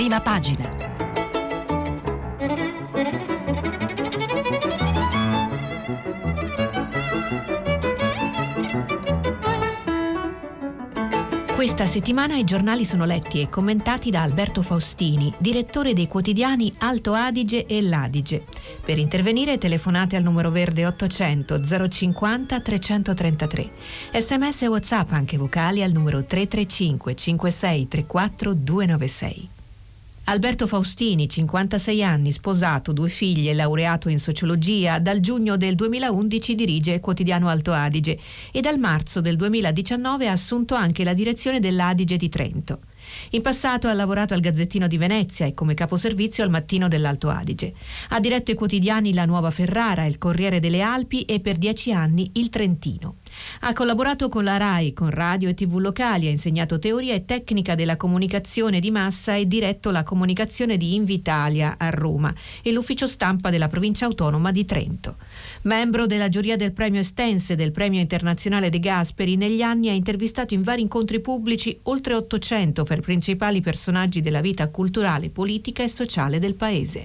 Prima pagina. Questa settimana i giornali sono letti e commentati da Alberto Faustini, direttore dei quotidiani Alto Adige e l'Adige. Per intervenire telefonate al numero verde 800 050 333. SMS e WhatsApp anche vocali al numero 335 56 34 296. Alberto Faustini, 56 anni, sposato, 2 figlie, laureato in sociologia, dal giugno del 2011 dirige il quotidiano Alto Adige e dal marzo del 2019 ha assunto anche la direzione dell'Adige di Trento. In passato ha lavorato al Gazzettino di Venezia e come caposervizio al Mattino dell'Alto Adige. Ha diretto i quotidiani La Nuova Ferrara, Il Corriere delle Alpi e per 10 anni Il Trentino. Ha collaborato con la RAI, con radio e TV locali, ha insegnato teoria e tecnica della comunicazione di massa e diretto la comunicazione di Invitalia a Roma e l'ufficio stampa della provincia autonoma di Trento. Membro della giuria del premio Estense del premio internazionale De Gasperi, negli anni ha intervistato in vari incontri pubblici oltre 800 per principali personaggi della vita culturale, politica e sociale del paese.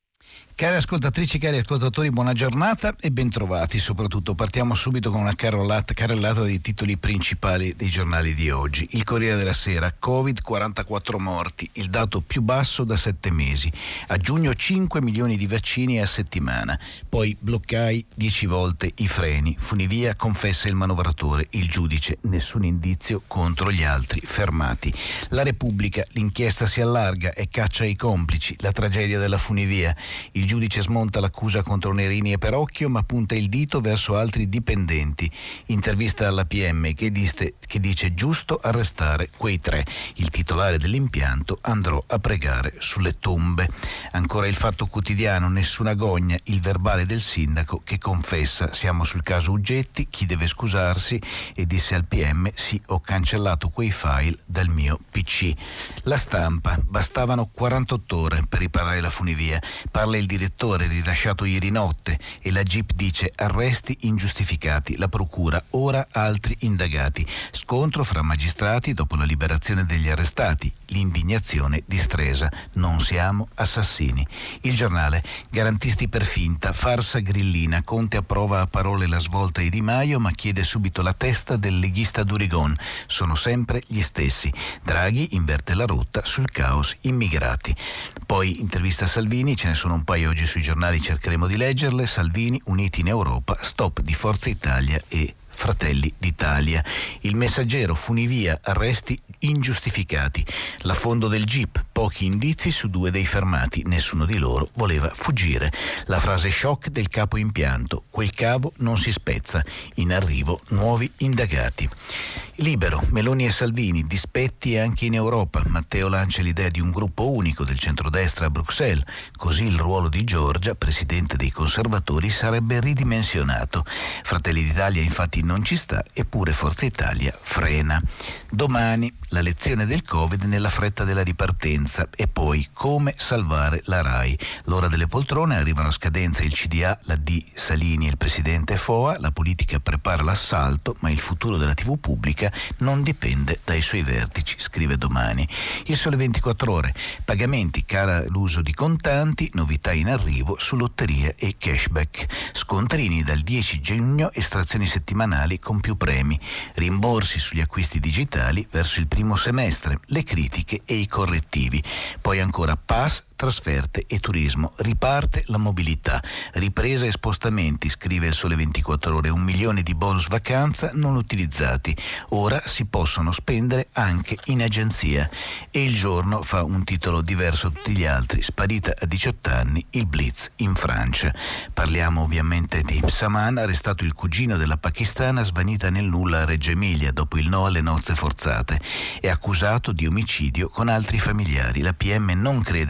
Cari ascoltatrici, cari ascoltatori, buona giornata e bentrovati. Soprattutto partiamo subito con una carrellata dei titoli principali dei giornali di oggi. Il Corriere della Sera: Covid, 44 morti, il dato più basso da 7 mesi. A giugno 5 milioni di vaccini a settimana. Poi bloccai 10 volte i freni. Funivia confessa il manovratore. Il giudice: nessun indizio contro gli altri fermati. La Repubblica: l'inchiesta si allarga e caccia i complici. La tragedia della funivia. Il giudice smonta l'accusa contro Nerini e Perocchio, ma punta il dito verso altri dipendenti. Intervista alla PM che dice giusto arrestare quei 3. Il titolare dell'impianto: andrò a pregare sulle tombe. Ancora Il Fatto Quotidiano: nessuna gogna, il verbale del sindaco che confessa: siamo sul caso Uggetti, chi deve scusarsi? E disse al PM: sì, ho cancellato quei file dal mio PC. La Stampa: bastavano 48 ore per riparare la funivia. Parla il direttore, rilasciato ieri notte, e la GIP dice: arresti ingiustificati, la procura ora altri indagati, scontro fra magistrati dopo la liberazione degli arrestati, l'indignazione di Stresa, non siamo assassini. Il Giornale: garantisti per finta, farsa grillina, Conte approva a parole la svolta di Di Maio ma chiede subito la testa del leghista Durigon, sono sempre gli stessi. Draghi inverte la rotta sul caos immigrati. Poi intervista a Salvini, ce ne sono un paio oggi sui giornali, cercheremo di leggerle. Salvini: uniti in Europa, stop di Forza Italia e Fratelli d'Italia. Il Messaggero: funivia, arresti ingiustificati. L'affondo del GIP: pochi indizi su 2 dei fermati, nessuno di loro voleva fuggire. La frase shock del capo impianto: quel cavo non si spezza, in arrivo nuovi indagati. Libero: Meloni e Salvini, dispetti anche in Europa. Matteo lancia l'idea di un gruppo unico del centrodestra a Bruxelles, così il ruolo di Giorgia, presidente dei conservatori, sarebbe ridimensionato. Fratelli d'Italia infatti non ci sta, eppure Forza Italia frena. Domani: la lezione del Covid nella fretta della ripartenza e poi come salvare la RAI. L'ora delle poltrone, arrivano a scadenza il CDA, la D Salini e il presidente FOA, la politica prepara l'assalto, ma il futuro della TV pubblica non dipende dai suoi vertici, scrive Domani. Il Sole 24 Ore: pagamenti, cala l'uso di contanti, novità in arrivo su lotteria e cashback. Scontrini dal 10 giugno, estrazioni settimanali con più premi, rimborsi sugli acquisti digitali verso il primo semestre, le critiche e i correttivi. Poi ancora pass, trasferte e turismo, riparte la mobilità, ripresa e spostamenti, scrive il Sole 24 Ore, 1 milione di bonus vacanza non utilizzati, ora si possono spendere anche in agenzia. E Il Giorno fa un titolo diverso da tutti gli altri: sparita a 18 anni, il blitz in Francia. Parliamo ovviamente di Saman, arrestato il cugino della pakistana svanita nel nulla a Reggio Emilia dopo il no alle nozze forzate, è accusato di omicidio con altri familiari. La PM non crede al padre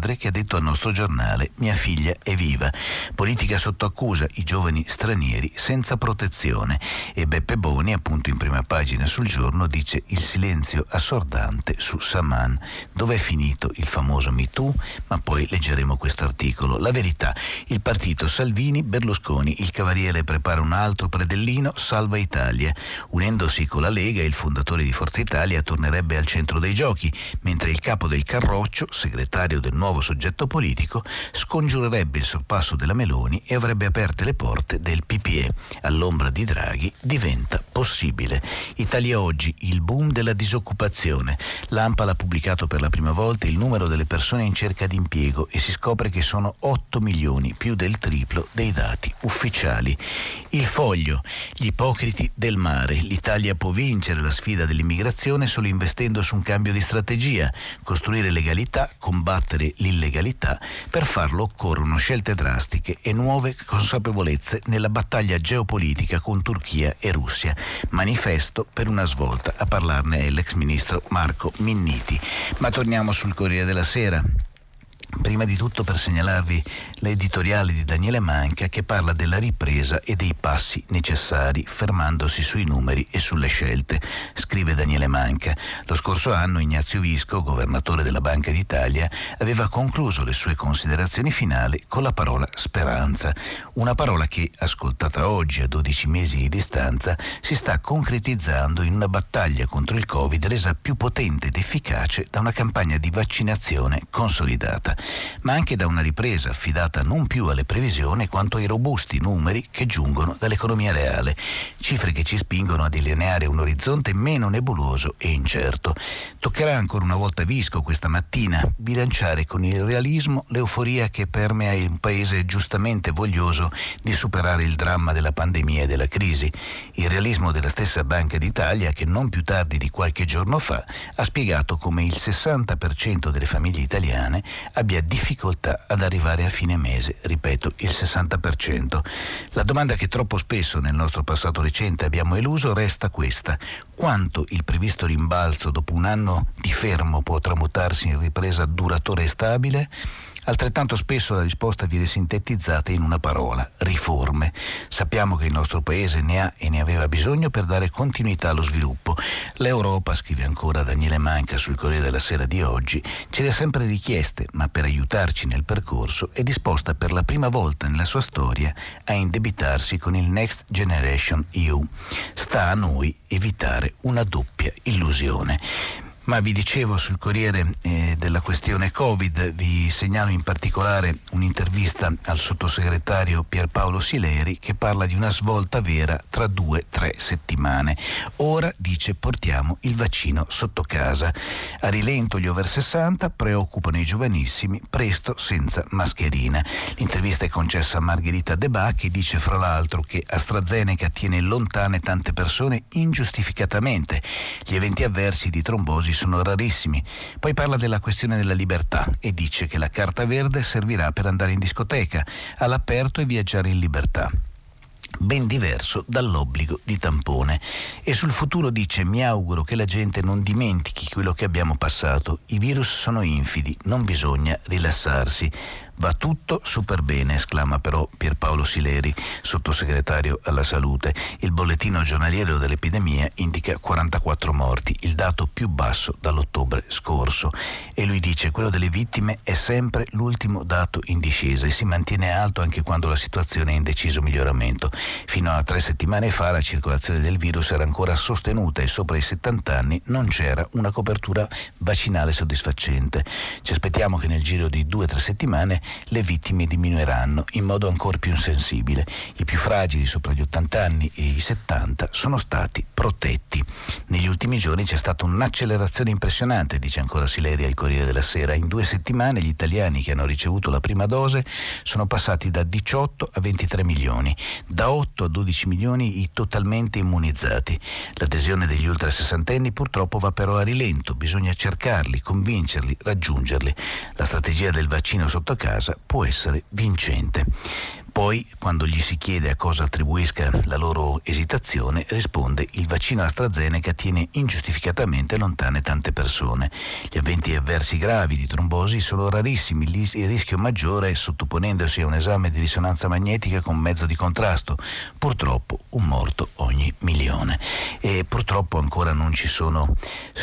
padre che ha detto al nostro giornale: mia figlia è viva. Politica sotto accusa, i giovani stranieri senza protezione. E Beppe Boni, appunto in prima pagina sul Giorno, dice: il silenzio assordante su Saman. Dov'è finito il famoso Me Too? Ma poi leggeremo questo articolo. La verità: il partito Salvini-Berlusconi, il Cavaliere prepara un altro predellino, Salva Italia. Unendosi con la Lega, il fondatore di Forza Italia tornerebbe al centro dei giochi, mentre il capo del Carroccio, segretario del nuovo soggetto politico, scongiurerebbe il sorpasso della Meloni e avrebbe aperte le porte del PPE. All'ombra di Draghi diventa possibile. Italia Oggi, il boom della disoccupazione. L'ANPAL ha pubblicato per la prima volta il numero delle persone in cerca di impiego e si scopre che sono 8 milioni, più del triplo dei dati ufficiali. Il Foglio, gli ipocriti del mare. L'Italia può vincere la sfida dell'immigrazione solo investendo su un cambio di strategia, costruire legalità, combattere l'illegalità. Per farlo occorrono scelte drastiche e nuove consapevolezze nella battaglia geopolitica con Turchia e Russia. Manifesto per una svolta. A parlarne è l'ex ministro Marco Minniti. Ma torniamo sul Corriere della Sera. Prima di tutto per segnalarvi l'editoriale di Daniele Manca, che parla della ripresa e dei passi necessari, fermandosi sui numeri e sulle scelte. Scrive Daniele Manca: lo scorso anno Ignazio Visco, governatore della Banca d'Italia, aveva concluso le sue considerazioni finali con la parola speranza, una parola che, ascoltata oggi a 12 mesi di distanza, si sta concretizzando in una battaglia contro il Covid resa più potente ed efficace da una campagna di vaccinazione consolidata, ma anche da una ripresa affidata non più alle previsioni quanto ai robusti numeri che giungono dall'economia reale, cifre che ci spingono a delineare un orizzonte meno nebuloso e incerto. Toccherà ancora una volta Visco questa mattina bilanciare con il realismo l'euforia che permea un paese giustamente voglioso di superare il dramma della pandemia e della crisi, il realismo della stessa Banca d'Italia che non più tardi di qualche giorno fa ha spiegato come il 60% delle famiglie italiane abbia difficoltà ad arrivare a fine mese, ripeto, il 60%. La domanda che troppo spesso nel nostro passato recente abbiamo eluso resta questa: quanto il previsto rimbalzo dopo un anno di fermo può tramutarsi in ripresa duratura e stabile? Altrettanto spesso la risposta viene sintetizzata in una parola: riforme. Sappiamo che il nostro paese ne ha e ne aveva bisogno per dare continuità allo sviluppo. L'Europa, scrive ancora Daniele Manca sul Corriere della Sera di oggi, ce le ha sempre richieste, ma per aiutarci nel percorso è disposta per la prima volta nella sua storia a indebitarsi con il Next Generation EU. Sta a noi evitare una doppia illusione. Ma vi dicevo sul Corriere della questione Covid, vi segnalo in particolare un'intervista al sottosegretario Pierpaolo Sileri che parla di una svolta vera tra 2-3 settimane. Ora, dice, portiamo il vaccino sotto casa. A rilento gli over 60, preoccupano i giovanissimi, presto senza mascherina. L'intervista è concessa a Margherita De Bach, che dice fra l'altro che AstraZeneca tiene lontane tante persone ingiustificatamente. Gli eventi avversi di trombosi sono rarissimi. Poi parla della questione della libertà e dice che la carta verde servirà per andare in discoteca, all'aperto e viaggiare in libertà. Ben diverso dall'obbligo di tampone. E sul futuro dice: mi auguro che la gente non dimentichi quello che abbiamo passato. I virus sono infidi, non bisogna rilassarsi. Va tutto super bene, esclama però Pierpaolo Sileri, sottosegretario alla salute. Il bollettino giornaliero dell'epidemia indica 44 morti, il dato più basso dall'ottobre scorso. E lui dice: quello delle vittime è sempre l'ultimo dato in discesa e si mantiene alto anche quando la situazione è in deciso miglioramento. Fino a 3 settimane fa la circolazione del virus era ancora sostenuta e sopra i 70 anni non c'era una copertura vaccinale soddisfacente. Ci aspettiamo che nel giro di 2-3 settimane le vittime diminuiranno in modo ancora più sensibile. I più fragili, sopra gli 80 anni e i 70, sono stati protetti. Negli ultimi giorni c'è stata un'accelerazione impressionante, dice ancora Sileri al Corriere della Sera. In 2 settimane gli italiani che hanno ricevuto la prima dose sono passati da 18 a 23 milioni, da 8 a 12 milioni i totalmente immunizzati. L'adesione degli ultra sessantenni purtroppo va però a rilento, bisogna cercarli, convincerli, raggiungerli. La strategia del vaccino sotto casa può essere vincente. Poi, quando gli si chiede a cosa attribuisca la loro esitazione, risponde: il vaccino AstraZeneca tiene ingiustificatamente lontane tante persone. Gli eventi avversi gravi di trombosi sono rarissimi, il rischio maggiore è sottoponendosi a un esame di risonanza magnetica con mezzo di contrasto. Purtroppo un morto ogni milione. E purtroppo ancora non ci sono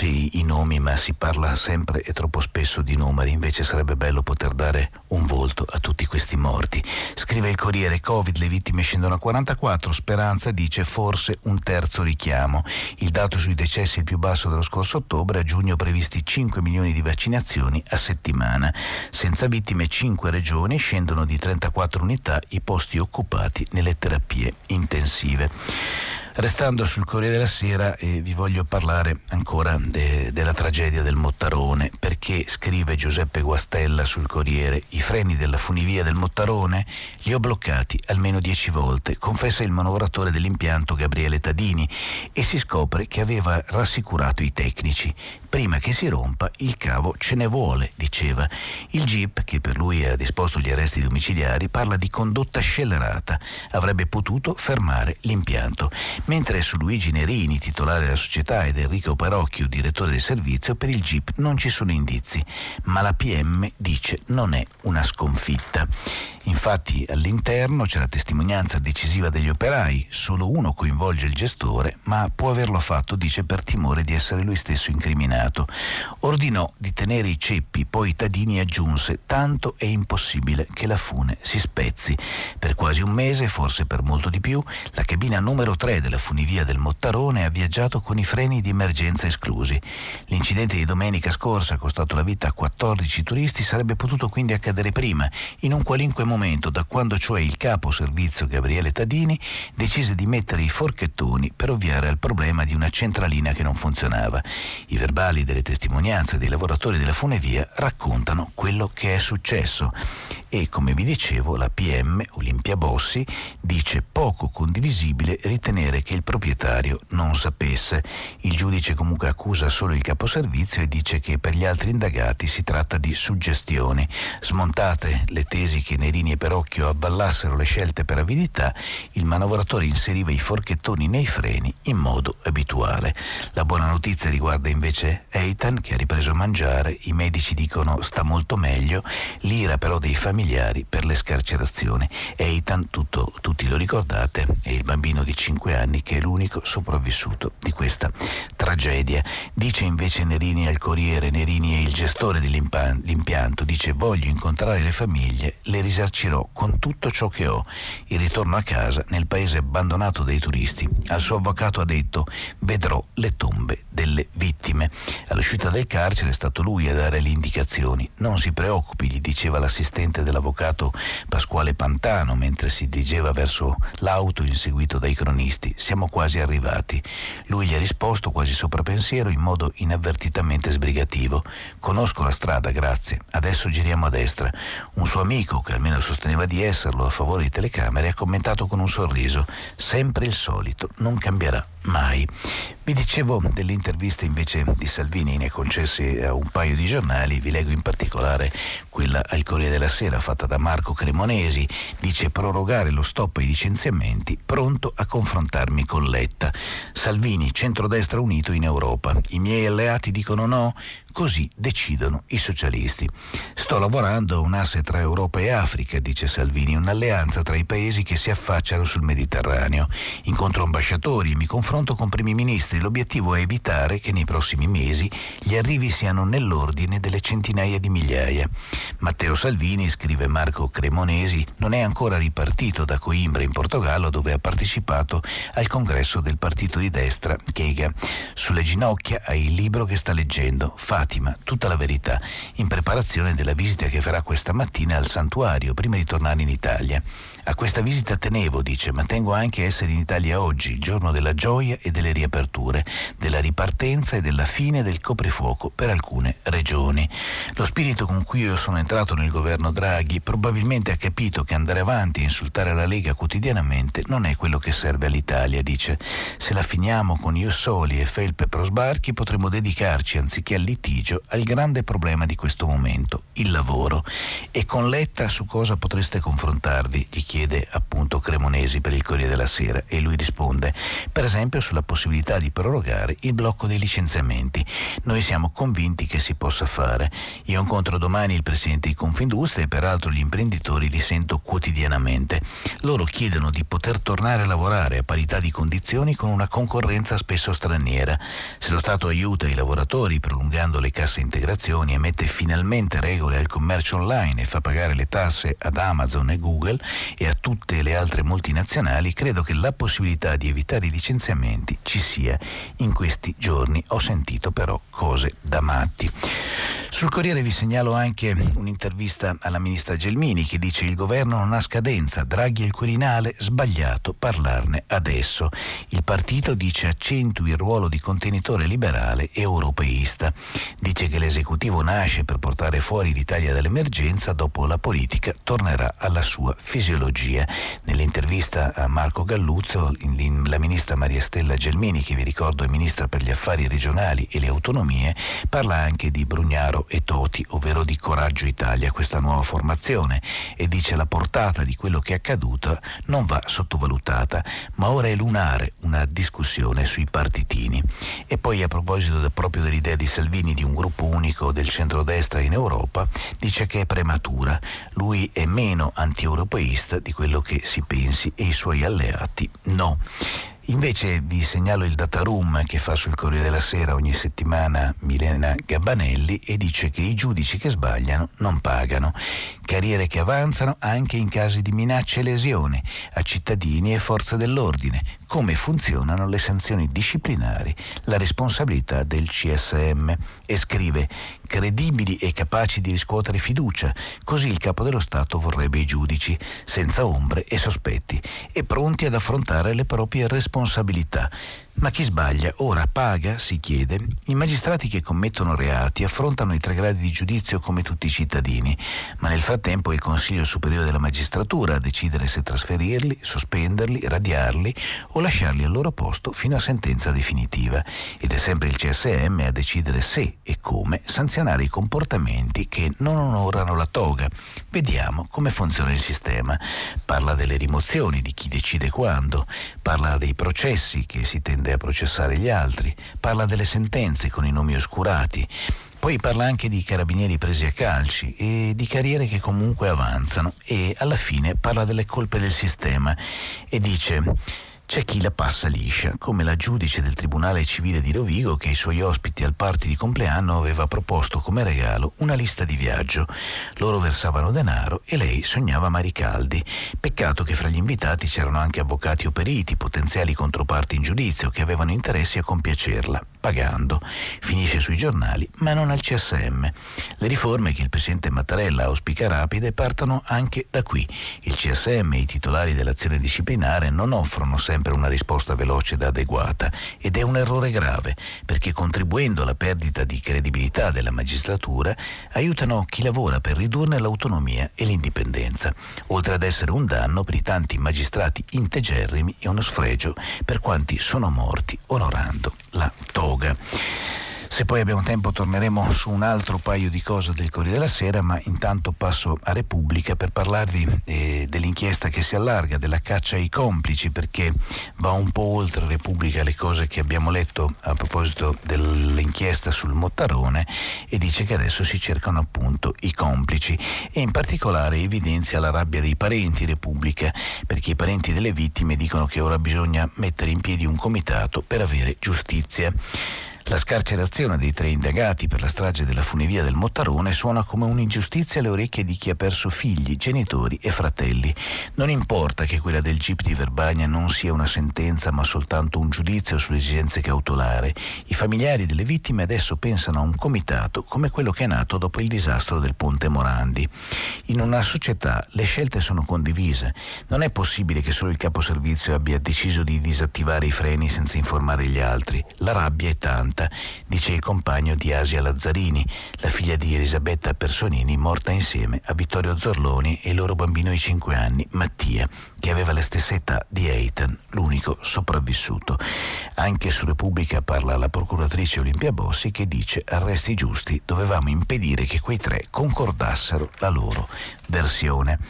i nomi, ma si parla sempre e troppo spesso di numeri. Invece sarebbe bello poter dare un volto a tutti questi morti. Scrive il Corriere: Covid, le vittime scendono a 44, Speranza dice forse un terzo richiamo. Il dato sui decessi è il più basso dello scorso ottobre, a giugno previsti 5 milioni di vaccinazioni a settimana. Senza vittime 5 regioni, scendono di 34 unità i posti occupati nelle terapie intensive. Restando sul Corriere della Sera, vi voglio parlare ancora della tragedia del Mottarone, perché scrive Giuseppe Guastella sul Corriere: i freni della funivia del Mottarone li ho bloccati almeno 10 volte, confessa il manovratore dell'impianto Gabriele Tadini, e si scopre che aveva rassicurato i tecnici. Prima che si rompa il cavo ce ne vuole, diceva. Il GIP, che per lui ha disposto gli arresti domiciliari, parla di condotta scellerata, avrebbe potuto fermare l'impianto. Mentre su Luigi Nerini, titolare della società, ed Enrico Parocchio, direttore del servizio, per il GIP non ci sono indizi, ma la PM dice non è una sconfitta. Infatti all'interno c'è la testimonianza decisiva degli operai, solo uno coinvolge il gestore, ma può averlo fatto, dice, per timore di essere lui stesso incriminato. Ordinò di tenere i ceppi, poi Tadini aggiunse: tanto è impossibile che la fune si spezzi. Per quasi un mese, forse per molto di più, la cabina numero 3 della funivia del Mottarone ha viaggiato con i freni di emergenza esclusi. L'incidente di domenica scorsa ha costato la vita a 14 turisti, sarebbe potuto quindi accadere prima, in un qualunque momento, da quando cioè il capo servizio Gabriele Tadini decise di mettere i forchettoni per ovviare al problema di una centralina che non funzionava. I verbali delle testimonianze dei lavoratori della funivia raccontano quello che è successo e, come vi dicevo, la PM Olimpia Bossi dice poco condivisibile ritenere che il proprietario non sapesse. Il giudice comunque accusa solo il caposervizio e dice che per gli altri indagati si tratta di suggestioni. Smontate le tesi che Nerini e Parocchio avvallassero le scelte per avidità, il manovratore inseriva i forchettoni nei freni in modo abituale. La buona notizia riguarda invece Eitan, che ha ripreso a mangiare, i medici dicono sta molto meglio, l'ira però dei familiari per le scarcerazioni. Eitan, tutti lo ricordate, è il bambino di 5 anni che è l'unico sopravvissuto di questa tragedia. Dice invece Nerini al Corriere, Nerini è il gestore dell'impianto, dice: voglio incontrare le famiglie, le risarcirò con tutto ciò che ho. Il ritorno a casa nel paese abbandonato dai turisti. Al suo avvocato ha detto: vedrò le tombe delle vittime. All'uscita del carcere è stato lui a dare le indicazioni. Non si preoccupi, gli diceva l'assistente dell'avvocato Pasquale Pantano mentre si dirigeva verso l'auto inseguito dai cronisti. Siamo quasi arrivati. Lui gli ha risposto quasi sopra pensiero, in modo inavvertitamente sbrigativo: conosco la strada, grazie, adesso giriamo a destra. Un suo amico, che almeno sosteneva di esserlo a favore di telecamere, ha commentato con un sorriso: sempre il solito, non cambierà mai. Vi dicevo delle interviste invece di Salvini, ne concesse a un paio di giornali, vi leggo in particolare quella al Corriere della Sera fatta da Marco Cremonesi. Dice: prorogare lo stop ai licenziamenti, pronto a confrontarmi con Letta. Salvini, centrodestra unito in Europa, i miei alleati dicono no, così decidono i socialisti. Sto lavorando a un asse tra Europa e Africa, dice Salvini, un'alleanza tra i paesi che si affacciano sul Mediterraneo. Incontro ambasciatori e mi confronto con primi ministri. L'obiettivo è evitare che nei prossimi mesi gli arrivi siano nell'ordine delle centinaia di migliaia. Matteo Salvini, scrive Marco Cremonesi, non è ancora ripartito da Coimbra in Portogallo, dove ha partecipato al congresso del partito di destra Lega. Sulle ginocchia ha il libro che sta leggendo, Fatima, tutta la verità, in preparazione della visita che farà questa mattina al santuario prima di tornare in Italia. A questa visita tenevo, dice, ma tengo anche a essere in Italia oggi, il giorno della gioia e delle riaperture, della ripartenza e della fine del coprifuoco per alcune regioni. Lo spirito con cui io sono entrato nel governo Draghi probabilmente ha capito che andare avanti e insultare la Lega quotidianamente non è quello che serve all'Italia, dice. Se la finiamo con Io Soli e felpe pro sbarchi potremo dedicarci, anziché al litigio, litigio al grande problema di questo momento, il lavoro. E con Letta su cosa potreste confrontarvi? Gli chiede appunto Cremonesi per il Corriere della Sera, e lui risponde: per esempio sulla possibilità di prorogare il blocco dei licenziamenti. Noi siamo convinti che si possa fare. Io incontro domani il presidente di Confindustria e peraltro gli imprenditori li sento quotidianamente. Loro chiedono di poter tornare a lavorare a parità di condizioni con una concorrenza spesso straniera. Se lo Stato aiuta i lavoratori prolungando le casse integrazioni e mette finalmente regole al commercio online e fa pagare le tasse ad Amazon e Google e a tutte le altre multinazionali, credo che la possibilità di evitare i licenziamenti ci sia. In questi giorni ho sentito però cose da matti. Sul Corriere vi segnalo anche un'intervista alla ministra Gelmini che dice: il governo non ha scadenza, Draghi e il Quirinale, sbagliato parlarne adesso. Il partito dice accentui il ruolo di contenitore liberale e europeista. Dice che l'esecutivo nasce per portare fuori l'Italia dall'emergenza, dopo la politica tornerà alla sua fisiologia. Nell'intervista a Marco Galluzzo, la ministra Maria Stella Gelmini, che vi ricordo è ministra per gli affari regionali e le autonomie, parla anche di Brugnaro e Toti, ovvero di Coraggio Italia, questa nuova formazione, e dice: la portata di quello che è accaduto non va sottovalutata, ma ora è lunare una discussione sui partitini. E poi, a proposito proprio dell'idea di Salvini di un gruppo unico del centrodestra in Europa, dice che è prematura. Lui è meno anti-europeista di quello che si pensi e i suoi alleati no. Invece vi segnalo il data room che fa sul Corriere della Sera ogni settimana Milena Gabbanelli, e dice che i giudici che sbagliano non pagano. Carriere che avanzano anche in casi di minacce e lesioni a cittadini e forze dell'ordine. Come funzionano le sanzioni disciplinari, la responsabilità del CSM. E scrive: credibili e capaci di riscuotere fiducia, così il Capo dello Stato vorrebbe i giudici, senza ombre e sospetti e pronti ad affrontare le proprie responsabilità. Ma chi sbaglia ora paga? Si chiede. I magistrati che commettono reati affrontano i 3 gradi di giudizio come tutti i cittadini, ma nel frattempo è il Consiglio Superiore della Magistratura a decidere se trasferirli, sospenderli, radiarli o lasciarli al loro posto fino a sentenza definitiva. Ed è sempre il CSM a decidere se e come sanzionare i comportamenti che non onorano la toga. Vediamo come funziona il sistema. Parla delle rimozioni, di chi decide quando, parla dei processi che si tende a processare gli altri, parla delle sentenze con i nomi oscurati, poi parla anche di carabinieri presi a calci e di carriere che comunque avanzano, e alla fine parla delle colpe del sistema e dice: c'è chi la passa liscia, come la giudice del Tribunale Civile di Rovigo che ai suoi ospiti al party di compleanno aveva proposto come regalo una lista di viaggio. Loro versavano denaro e lei sognava mari caldi. Peccato che fra gli invitati c'erano anche avvocati o periti, potenziali controparti in giudizio, che avevano interessi a compiacerla, pagando. Finisce sui giornali, ma non al CSM. Le riforme che il presidente Mattarella auspica rapide partono anche da qui. Il CSM e i titolari dell'azione disciplinare non offrono sempre una risposta veloce ed adeguata, ed è un errore grave, perché contribuendo alla perdita di credibilità della magistratura aiutano chi lavora per ridurne l'autonomia e l'indipendenza, oltre ad essere un danno per i tanti magistrati integerrimi e uno sfregio per quanti sono morti onorando la toga. Se poi abbiamo tempo torneremo su un altro paio di cose del Corriere della Sera, ma intanto passo a Repubblica per parlarvi dell'inchiesta che si allarga, della caccia ai complici, perché va un po' oltre Repubblica le cose che abbiamo letto a proposito dell'inchiesta sul Mottarone, e dice che adesso si cercano appunto i complici, e in particolare evidenzia la rabbia dei parenti. Repubblica, perché i parenti delle vittime dicono che ora bisogna mettere in piedi un comitato per avere giustizia. La scarcerazione dei 3 indagati per la strage della funivia del Mottarone suona come un'ingiustizia alle orecchie di chi ha perso figli, genitori e fratelli. Non importa che quella del GIP di Verbania non sia una sentenza ma soltanto un giudizio sulle esigenze cautelari. I familiari delle vittime adesso pensano a un comitato come quello che è nato dopo il disastro del Ponte Morandi. In una società le scelte sono condivise. Non è possibile che solo il caposervizio abbia deciso di disattivare i freni senza informare gli altri. La rabbia è tanta. sbagliata, dice il compagno di Asia Lazzarini, la figlia di Elisabetta Personini, morta insieme a Vittorio Zorloni e il loro bambino di 5 anni, Mattia, che aveva la stessa età di Eitan, l'unico sopravvissuto. Anche su Repubblica parla la procuratrice Olimpia Bossi, che dice: arresti giusti, dovevamo impedire che quei 3 concordassero la loro versione.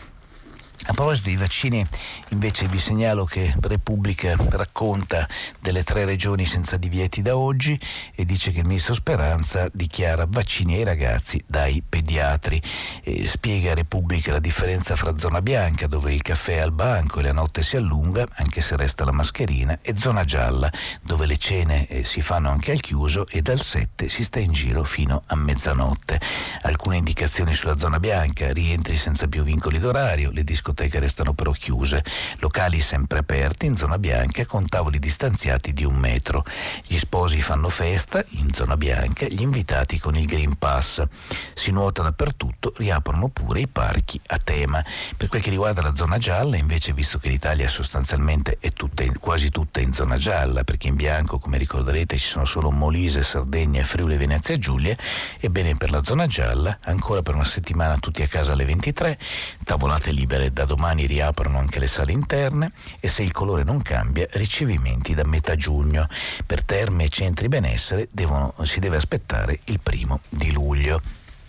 A proposito di vaccini, invece, vi segnalo che Repubblica racconta delle 3 regioni senza divieti da oggi e dice che il ministro Speranza dichiara vaccini ai ragazzi dai pediatri. Spiega a Repubblica la differenza fra zona bianca, dove il caffè è al banco e la notte si allunga, anche se resta la mascherina, e zona gialla, dove le cene si fanno anche al chiuso e dal 7 si sta in giro fino a mezzanotte. Alcune indicazioni sulla zona bianca: rientri senza più vincoli d'orario, le discoteche restano però chiuse, locali sempre aperti in zona bianca con tavoli distanziati di 1 metro. Gli sposi fanno festa in zona bianca, gli invitati con il Green Pass. Si nuota dappertutto, riaprono pure i parchi a tema. Per quel che riguarda la zona gialla, invece, visto che l'Italia sostanzialmente è quasi tutta in zona gialla, perché in bianco, come ricorderete, ci sono solo Molise, Sardegna, Friuli, Venezia Giulia, ebbene per la zona gialla ancora per una settimana tutti a casa alle 23, tavolate libere da domani, riaprono anche le sale interne e, se il colore non cambia, ricevimenti da metà giugno. Per terme e centri benessere si deve aspettare il 1° di luglio.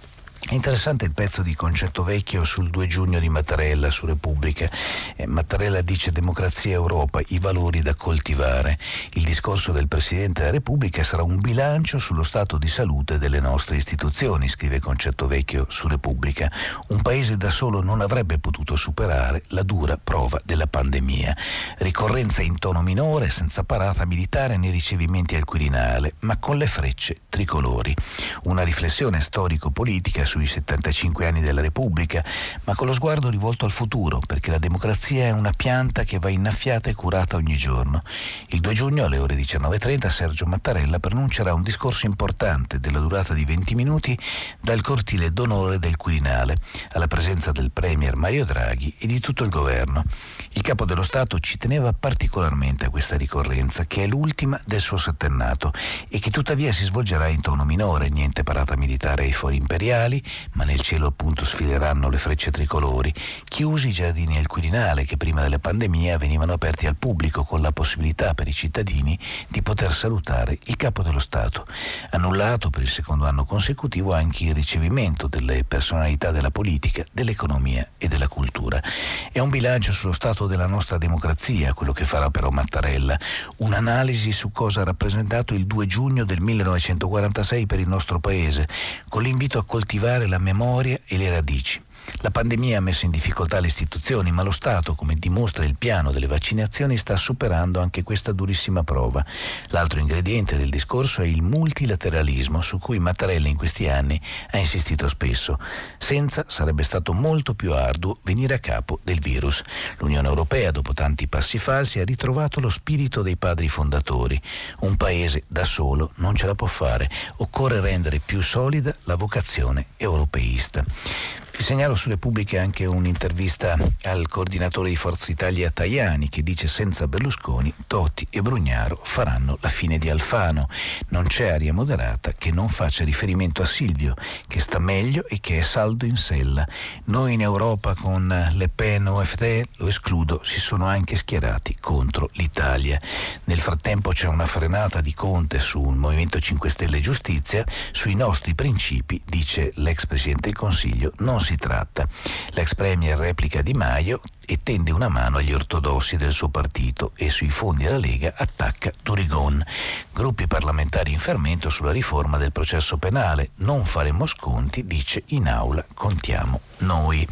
È interessante il pezzo di Concetto Vecchio sul 2 giugno di Mattarella su Repubblica. Mattarella dice: democrazia e Europa, i valori da coltivare. Il discorso del Presidente della Repubblica sarà un bilancio sullo stato di salute delle nostre istituzioni, scrive Concetto Vecchio su Repubblica. Un paese da solo non avrebbe potuto superare la dura prova della pandemia. Ricorrenza in tono minore, senza parata militare nei ricevimenti al Quirinale, ma con le frecce tricolori. Una riflessione storico-politica sui 75 anni della Repubblica, ma con lo sguardo rivolto al futuro, perché la democrazia è una pianta che va innaffiata e curata ogni giorno. Il 2 giugno alle ore 19:30 Sergio Mattarella pronuncerà un discorso importante della durata di 20 minuti dal cortile d'onore del Quirinale, alla presenza del Premier Mario Draghi e di tutto il governo. Il Capo dello Stato ci teneva particolarmente a questa ricorrenza, che è l'ultima del suo settennato e che tuttavia si svolgerà in tono minore, niente parata militare ai fori imperiali, ma nel cielo appunto sfileranno le frecce tricolori, chiusi i giardini al Quirinale, che prima della pandemia venivano aperti al pubblico con la possibilità per i cittadini di poter salutare il Capo dello Stato. Annullato per il 2° anno consecutivo anche il ricevimento delle personalità della politica, dell'economia e della cultura. È un bilancio sullo stato della nostra democrazia quello che farà però Mattarella, un'analisi su cosa ha rappresentato il 2 giugno del 1946 per il nostro paese, con l'invito a coltivare la memoria e le radici. La pandemia ha messo in difficoltà le istituzioni, ma lo Stato, come dimostra il piano delle vaccinazioni, sta superando anche questa durissima prova. L'altro ingrediente del discorso è il multilateralismo, su cui Mattarella in questi anni ha insistito spesso. Senza sarebbe stato molto più arduo venire a capo del virus. L'Unione Europea, dopo tanti passi falsi, ha ritrovato lo spirito dei padri fondatori. Un paese da solo non ce la può fare, occorre rendere più solida la vocazione europeista. Vi segnalo su Repubblica anche un'intervista al coordinatore di Forza Italia Tajani, che dice: senza Berlusconi, Totti e Brugnaro faranno la fine di Alfano. Non c'è aria moderata che non faccia riferimento a Silvio, che sta meglio e che è saldo in sella. Noi in Europa con Le Pen o FD, lo escludo, si sono anche schierati contro l'Italia. Nel frattempo c'è una frenata di Conte sul Movimento 5 Stelle Giustizia. Sui nostri principi, dice l'ex Presidente del Consiglio, non si tratta. L'ex Premier replica Di Maio e tende una mano agli ortodossi del suo partito, e sui fondi della Lega attacca Durigon. Gruppi parlamentari in fermento sulla riforma del processo penale. Non faremo sconti, dice: in aula contiamo noi.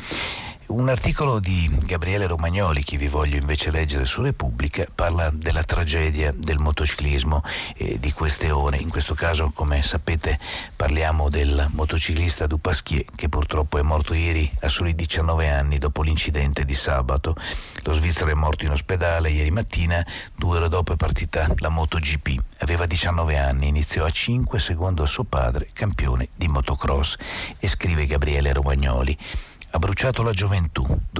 Un articolo di Gabriele Romagnoli, che vi voglio invece leggere su Repubblica, parla della tragedia del motociclismo di queste ore. In questo caso, come sapete, parliamo del motociclista Dupasquier, che purtroppo è morto ieri a soli 19 anni dopo l'incidente di sabato. Lo svizzero è morto in ospedale ieri mattina, 2 ore dopo è partita la MotoGP. Aveva 19 anni, iniziò a 5 secondo suo padre, campione di motocross. E scrive Gabriele Romagnoli: ha bruciato la gioventù.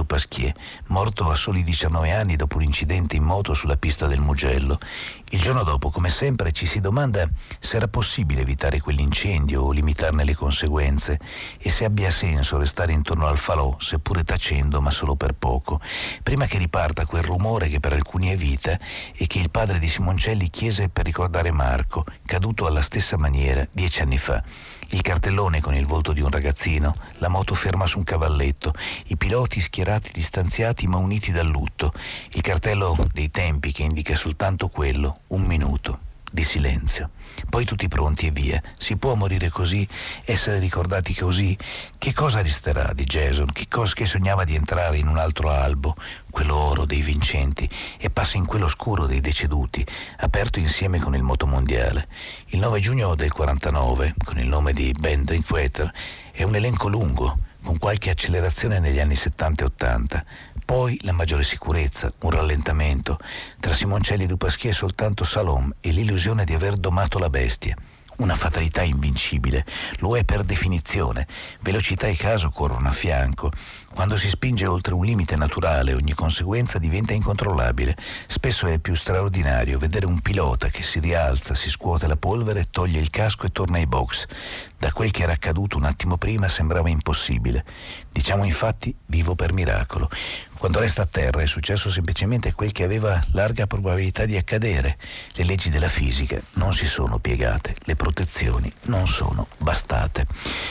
Pasquier, morto a soli 19 anni dopo un incidente in moto sulla pista del Mugello. Il giorno dopo, come sempre, ci si domanda se era possibile evitare quell'incendio o limitarne le conseguenze e se abbia senso restare intorno al falò, seppure tacendo, ma solo per poco, prima che riparta quel rumore che per alcuni è vita e che il padre di Simoncelli chiese per ricordare Marco, caduto alla stessa maniera 10 anni fa. Il cartellone con il volto di un ragazzino, la moto ferma su un cavalletto, i piloti schierati distanziati ma uniti dal lutto, il cartello dei tempi che indica soltanto quello, 1 minuto di silenzio. Poi tutti pronti e via. Si può morire così, essere ricordati così? Che cosa resterà di Jason, che sognava di entrare in un altro albo, quello oro dei vincenti, e passa in quello scuro dei deceduti, aperto insieme con il motomondiale. Il 9 giugno del 49, con il nome di Ben Drinkwater, è un elenco lungo, con qualche accelerazione negli anni 70 e 80. Poi la maggiore sicurezza, un rallentamento. Tra Simoncelli e Dupasquier soltanto Salom e l'illusione di aver domato la bestia. Una fatalità invincibile, lo è per definizione. Velocità e caso corrono a fianco. Quando si spinge oltre un limite naturale, ogni conseguenza diventa incontrollabile. Spesso è più straordinario vedere un pilota che si rialza, si scuote la polvere, toglie il casco e torna ai box. Da quel che era accaduto un attimo prima sembrava impossibile. Diciamo infatti vivo per miracolo. Quando resta a terra è successo semplicemente quel che aveva larga probabilità di accadere. Le leggi della fisica non si sono piegate, le protezioni non sono bastate.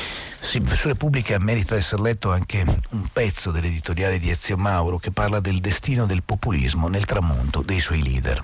Sì, su Repubblica merita essere letto anche un pezzo dell'editoriale di Ezio Mauro che parla del destino del populismo nel tramonto dei suoi leader.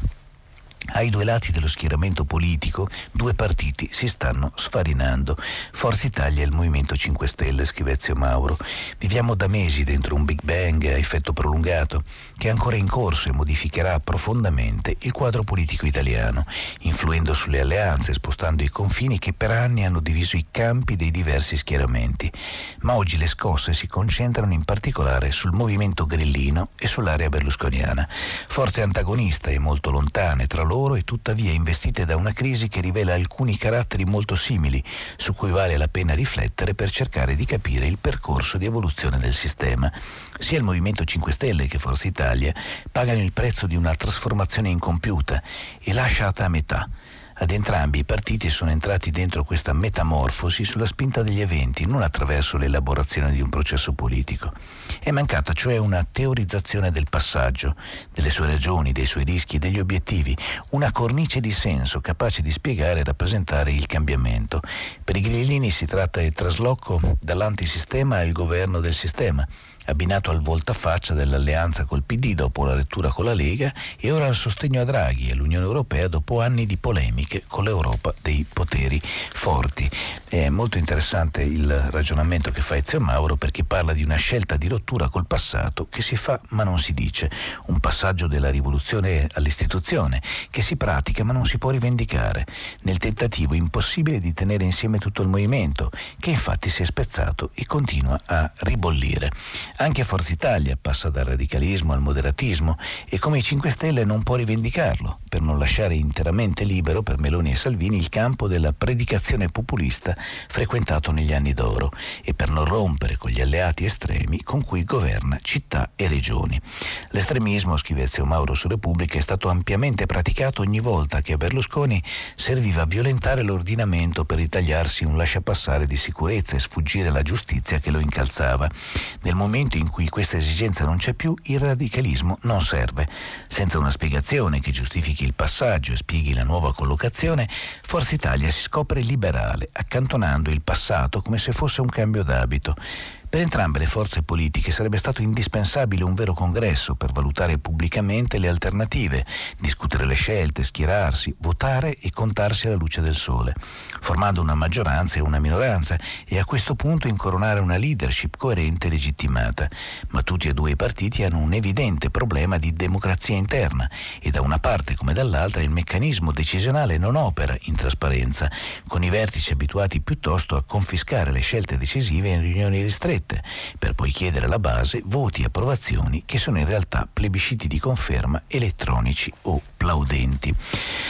Ai due lati dello schieramento politico, due partiti si stanno sfarinando. Forza Italia e il Movimento 5 Stelle, scrive Ezio Mauro. Viviamo da mesi dentro un Big Bang a effetto prolungato che è ancora in corso e modificherà profondamente il quadro politico italiano, influendo sulle alleanze, spostando i confini che per anni hanno diviso i campi dei diversi schieramenti. Ma oggi le scosse si concentrano in particolare sul movimento grillino e sull'area berlusconiana. Forze antagoniste e molto lontane tra loro e tuttavia investite da una crisi che rivela alcuni caratteri molto simili, su cui vale la pena riflettere per cercare di capire il percorso di evoluzione del sistema. Sia il Movimento 5 Stelle che Forza Italia pagano il prezzo di una trasformazione incompiuta e lasciata a metà. Ad entrambi i partiti sono entrati dentro questa metamorfosi sulla spinta degli eventi, non attraverso l'elaborazione di un processo politico. È mancata cioè una teorizzazione del passaggio, delle sue ragioni, dei suoi rischi, degli obiettivi, una cornice di senso capace di spiegare e rappresentare il cambiamento. Per i grillini si tratta del trasloco dall'antisistema al governo del sistema, abbinato al voltafaccia dell'alleanza col PD dopo la rottura con la Lega e ora al sostegno a Draghi e all'Unione Europea dopo anni di polemiche con l'Europa dei poteri forti. È molto interessante il ragionamento che fa Ezio Mauro perché parla di una scelta di rottura col passato che si fa ma non si dice, un passaggio della rivoluzione all'istituzione che si pratica ma non si può rivendicare, nel tentativo impossibile di tenere insieme tutto il movimento che infatti si è spezzato e continua a ribollire. Anche Forza Italia passa dal radicalismo al moderatismo e come i 5 Stelle non può rivendicarlo per non lasciare interamente libero per Meloni e Salvini il campo della predicazione populista frequentato negli anni d'oro e per non rompere con gli alleati estremi con cui governa città e regioni. L'estremismo, scrive Ezio Mauro su Repubblica, è stato ampiamente praticato ogni volta che a Berlusconi serviva a violentare l'ordinamento per ritagliarsi un lasciapassare di sicurezza e sfuggire alla giustizia che lo incalzava. Nel momento in cui questa esigenza non c'è più, il radicalismo non serve. Senza una spiegazione che giustifichi il passaggio e spieghi la nuova collocazione, Forza Italia si scopre liberale, accantonando il passato come se fosse un cambio d'abito. Per entrambe le forze politiche sarebbe stato indispensabile un vero congresso per valutare pubblicamente le alternative, discutere le scelte, schierarsi, votare e contarsi alla luce del sole, formando una maggioranza e una minoranza e a questo punto incoronare una leadership coerente e legittimata. Ma tutti e due i partiti hanno un evidente problema di democrazia interna e da una parte come dall'altra il meccanismo decisionale non opera in trasparenza, con i vertici abituati piuttosto a confiscare le scelte decisive in riunioni ristrette, per poi chiedere alla base voti e approvazioni che sono in realtà plebisciti di conferma elettronici o plaudenti.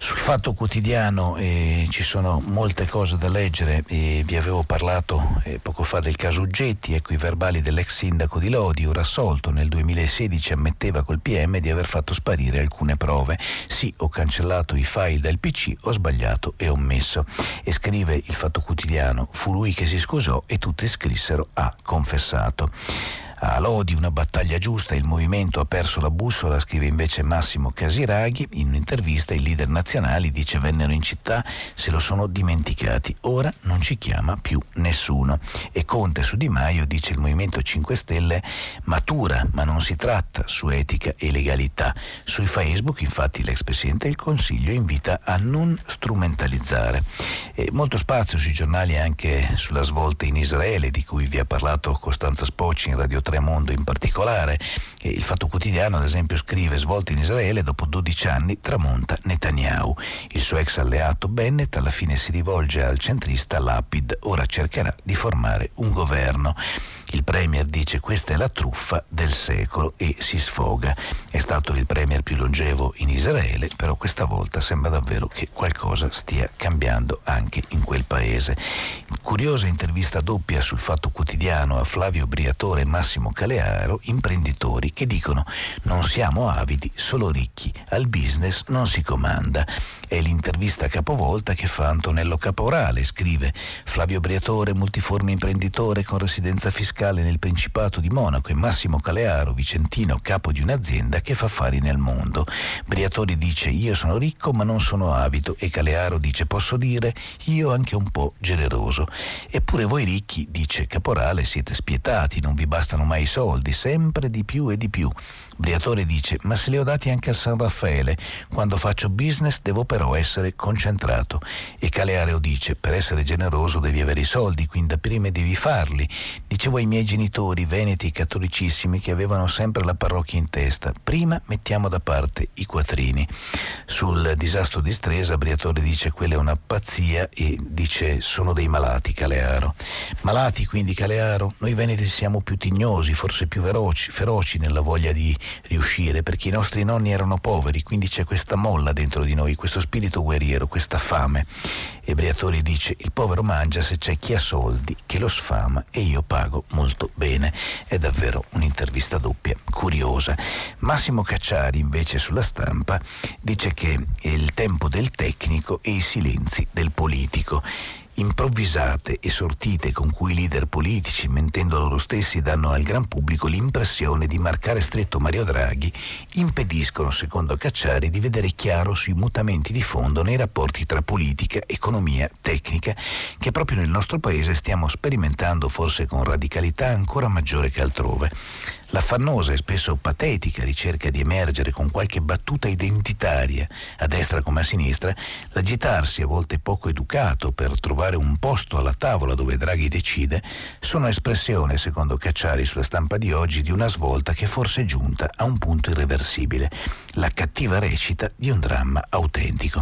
Sul Fatto Quotidiano ci sono molte cose da leggere, vi avevo parlato poco fa del caso Uggetti, ecco i verbali dell'ex sindaco di Lodi, ora assolto. Nel 2016 ammetteva col PM di aver fatto sparire alcune prove. Sì, ho cancellato i file dal PC, ho sbagliato e ho omesso. E scrive il Fatto Quotidiano, fu lui che si scusò e tutti scrissero ha confessato. A Lodi una battaglia giusta, il movimento ha perso la bussola, scrive invece Massimo Casiraghi. In un'intervista i leader nazionali, dice, vennero in città, se lo sono dimenticati, ora non ci chiama più nessuno. E Conte su Di Maio, dice, il Movimento 5 Stelle matura, ma non si tratta su etica e legalità. Sui Facebook infatti l'ex Presidente del Consiglio invita a non strumentalizzare. Molto spazio sui giornali anche sulla svolta in Israele, di cui vi ha parlato Costanza Spocci in Radio 3 Mondo in particolare. Il Fatto Quotidiano ad esempio scrive: svolta in Israele, dopo 12 anni tramonta Netanyahu. Il suo ex alleato Bennett alla fine si rivolge al centrista Lapid, ora cercherà di formare un governo. Il premier dice questa è la truffa del secolo e si sfoga. È stato il premier più longevo in Israele, però questa volta sembra davvero che qualcosa stia cambiando anche in quel paese. Curiosa intervista doppia sul Fatto Quotidiano a Flavio Briatore e Massimo Calearo, imprenditori che dicono non siamo avidi, solo ricchi, al business non si comanda. È l'intervista capovolta che fa Antonello Caporale, scrive Flavio Briatore, multiforme imprenditore con residenza fiscale nel Principato di Monaco, e Massimo Calearo, vicentino, capo di un'azienda che fa affari nel mondo. Briatore dice io sono ricco ma non sono avido, e Calearo dice posso dire io anche un po' generoso. Eppure voi ricchi, dice Caporale, siete spietati, non vi bastano mai i soldi, sempre di più e di più. Briatore dice ma se li ho dati anche a San Raffaele, quando faccio business devo però essere concentrato. E Calearo dice per essere generoso devi avere i soldi, quindi prima devi farli. Dicevo ai miei genitori veneti cattolicissimi che avevano sempre la parrocchia in testa, prima mettiamo da parte i quattrini. Sul disastro di Stresa Briatore dice quella è una pazzia, e dice sono dei malati Calearo. Malati quindi Calearo? Noi veneti siamo più tignosi, forse più feroci nella voglia di riuscire, perché i nostri nonni erano poveri, quindi c'è questa molla dentro di noi, questo spirito guerriero, questa fame. E Briatore dice il povero mangia se c'è chi ha soldi che lo sfama e io pago molto bene. È davvero un'intervista doppia curiosa. Massimo Cacciari invece sulla Stampa dice che è il tempo del tecnico e i silenzi del politico. Improvvisate e sortite con cui i leader politici, mentendo loro stessi, danno al gran pubblico l'impressione di marcare stretto Mario Draghi, impediscono, secondo Cacciari, di vedere chiaro sui mutamenti di fondo nei rapporti tra politica, economia, tecnica, che proprio nel nostro paese stiamo sperimentando forse con radicalità ancora maggiore che altrove. L'affannosa e spesso patetica ricerca di emergere con qualche battuta identitaria, a destra come a sinistra, l'agitarsi a volte poco educato per trovare un posto alla tavola dove Draghi decide, sono espressione, secondo Cacciari sulla Stampa di oggi, di una svolta che forse è giunta a un punto irreversibile, la cattiva recita di un dramma autentico.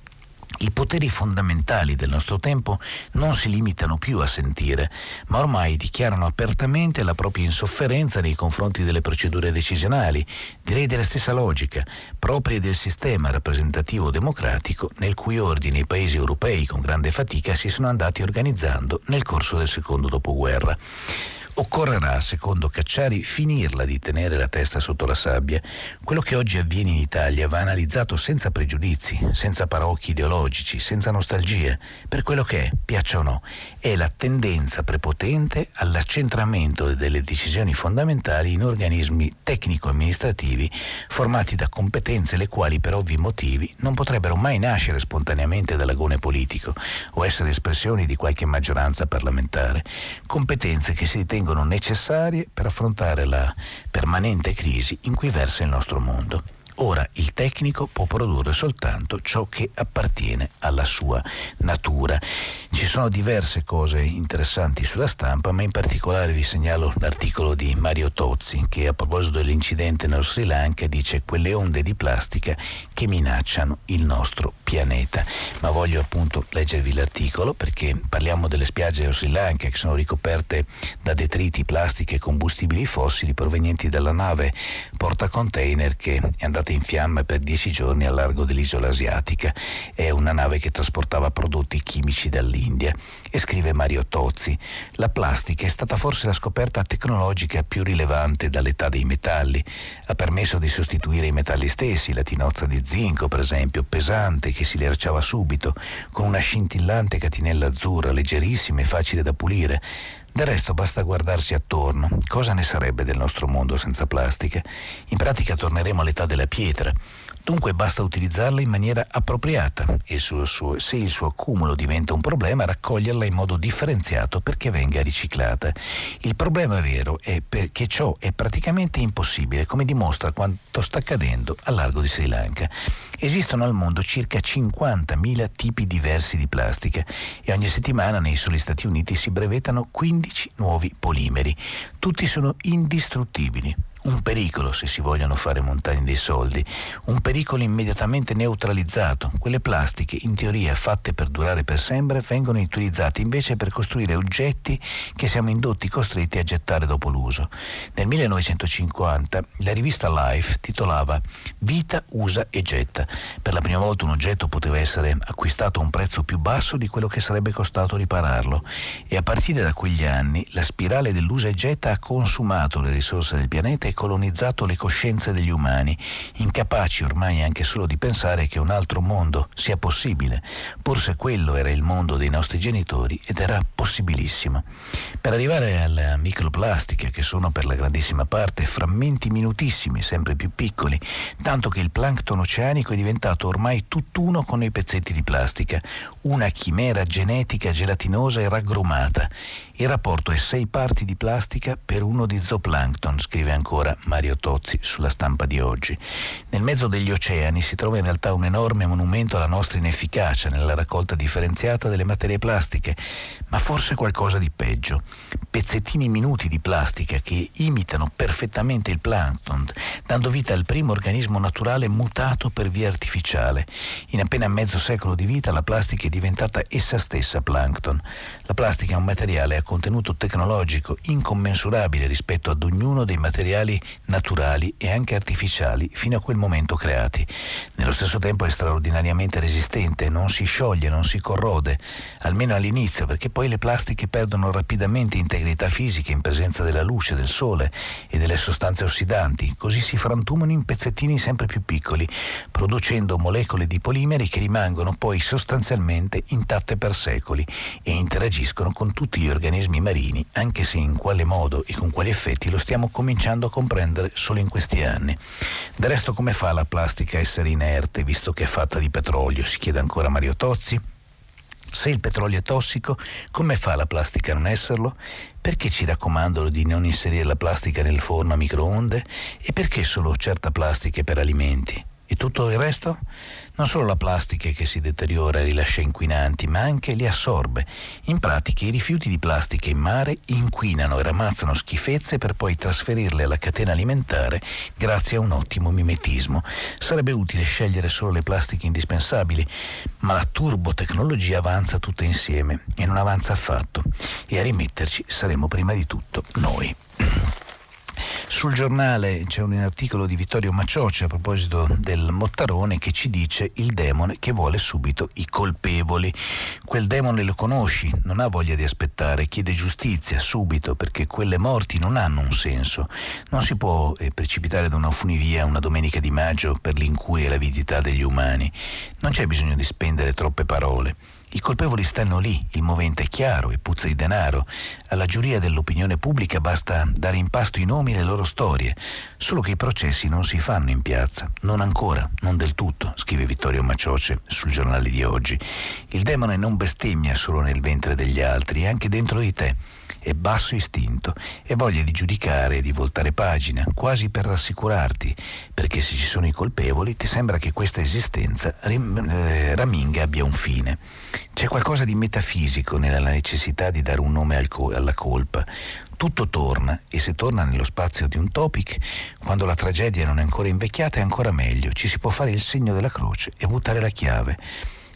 I poteri fondamentali del nostro tempo non si limitano più a sentire, ma ormai dichiarano apertamente la propria insofferenza nei confronti delle procedure decisionali, direi della stessa logica, proprie del sistema rappresentativo democratico nel cui ordine i paesi europei con grande fatica si sono andati organizzando nel corso del secondo dopoguerra. Occorrerà, secondo Cacciari, finirla di tenere la testa sotto la sabbia. Quello che oggi avviene in Italia va analizzato senza pregiudizi, senza paraocchi ideologici, senza nostalgie, per quello che è, piaccia o no. È la tendenza prepotente all'accentramento delle decisioni fondamentali in organismi tecnico-amministrativi formati da competenze le quali per ovvi motivi non potrebbero mai nascere spontaneamente dall'agone politico o essere espressioni di qualche maggioranza parlamentare. Competenze che si ritengono necessarie per affrontare la permanente crisi in cui versa il nostro mondo. Ora il tecnico può produrre soltanto ciò che appartiene alla sua natura. Ci sono diverse cose interessanti sulla Stampa, ma in particolare vi segnalo l'articolo di Mario Tozzi che a proposito dell'incidente nello Sri Lanka dice quelle onde di plastica che minacciano il nostro pianeta. Ma voglio appunto leggervi l'articolo perché parliamo delle spiagge dello Sri Lanka che sono ricoperte da detriti, plastiche e combustibili fossili provenienti dalla nave portacontainer che è andata andata in fiamme per 10 giorni al largo dell'isola asiatica. È una nave che trasportava prodotti chimici dall'India. E scrive Mario Tozzi: la plastica è stata forse la scoperta tecnologica più rilevante dall'età dei metalli. Ha permesso di sostituire i metalli stessi, la tinozza di zinco per esempio, pesante, che si lerciava subito, con una scintillante catinella azzurra, leggerissima e facile da pulire. Del resto basta guardarsi attorno. Cosa ne sarebbe del nostro mondo senza plastica? In pratica torneremo all'età della pietra. Dunque basta utilizzarla in maniera appropriata e se il suo accumulo diventa un problema, raccoglierla in modo differenziato perché venga riciclata. Il problema vero è che ciò è praticamente impossibile, come dimostra quanto sta accadendo al largo di Sri Lanka. Esistono al mondo circa 50.000 tipi diversi di plastica e ogni settimana nei soli Stati Uniti si brevettano 15 nuovi polimeri. Tutti sono indistruttibili. Un pericolo se si vogliono fare montagne dei soldi, un pericolo immediatamente neutralizzato. Quelle plastiche, in teoria fatte per durare per sempre, vengono utilizzate invece per costruire oggetti che siamo costretti a gettare dopo l'uso. Nel 1950 la rivista Life titolava Vita, usa e getta. Per la prima volta un oggetto poteva essere acquistato a un prezzo più basso di quello che sarebbe costato ripararlo e a partire da quegli anni la spirale dell'usa e getta ha consumato le risorse del pianeta e colonizzato le coscienze degli umani, incapaci ormai anche solo di pensare che un altro mondo sia possibile. Forse quello era il mondo dei nostri genitori ed era possibilissimo. Per arrivare alla microplastica, che sono per la grandissima parte frammenti minutissimi, sempre più piccoli, tanto che il plancton oceanico è diventato ormai tutt'uno con i pezzetti di plastica, una chimera genetica gelatinosa e raggrumata. Il rapporto è 6 parti di plastica per 1 di zooplancton, scrive ancora Mario Tozzi sulla Stampa di oggi. Nel mezzo degli oceani si trova in realtà un enorme monumento alla nostra inefficacia nella raccolta differenziata delle materie plastiche, ma forse qualcosa di peggio. Pezzettini minuti di plastica che imitano perfettamente il plancton, dando vita al primo organismo naturale mutato per via artificiale. In appena mezzo secolo di vita la plastica è diventata essa stessa plancton. La plastica è un materiale a contenuto tecnologico incommensurabile rispetto ad ognuno dei materiali naturali e anche artificiali fino a quel momento creati. Nello stesso tempo è straordinariamente resistente, non si scioglie, non si corrode, almeno all'inizio, perché poi le plastiche perdono rapidamente integrità fisica in presenza della luce, del sole e delle sostanze ossidanti, così si frantumano in pezzettini sempre più piccoli, producendo molecole di polimeri che rimangono poi sostanzialmente intatte per secoli e interagiscono con tutti gli organismi marini, anche se in quale modo e con quali effetti lo stiamo cominciando a comprendere solo in questi anni. Del resto, come fa la plastica a essere inerte visto che è fatta di petrolio? Si chiede ancora Mario Tozzi. Se il petrolio è tossico, come fa la plastica a non esserlo? Perché ci raccomandano di non inserire la plastica nel forno a microonde? E perché solo certa plastica per alimenti? E tutto il resto? Non solo la plastica che si deteriora e rilascia inquinanti, ma anche li assorbe. In pratica i rifiuti di plastica in mare inquinano e ramazzano schifezze per poi trasferirle alla catena alimentare grazie a un ottimo mimetismo. Sarebbe utile scegliere solo le plastiche indispensabili, ma la turbotecnologia avanza tutta insieme e non avanza affatto. E a rimetterci saremo prima di tutto noi. Sul giornale c'è un articolo di Vittorio Macioce a proposito del Mottarone che ci dice il demone che vuole subito i colpevoli. Quel demone lo conosci, non ha voglia di aspettare, chiede giustizia subito perché quelle morti non hanno un senso. Non si può precipitare da una funivia una domenica di maggio per l'incuria e l'avidità degli umani. Non c'è bisogno di spendere troppe parole. I colpevoli stanno lì, il movente è chiaro e puzza di denaro. Alla giuria dell'opinione pubblica basta dare in pasto i nomi e le loro storie. Solo che i processi non si fanno in piazza. Non ancora, non del tutto, scrive Vittorio Macioce sul giornale di oggi. Il demone non bestemmia solo nel ventre degli altri, è anche dentro di te. È basso istinto e voglia di giudicare e di voltare pagina, quasi per rassicurarti, perché se ci sono i colpevoli ti sembra che questa esistenza raminga abbia un fine. C'è qualcosa di metafisico nella necessità di dare un nome alla colpa. Tutto torna, e se torna nello spazio di un topic, quando la tragedia non è ancora invecchiata è ancora meglio, ci si può fare il segno della croce e buttare la chiave.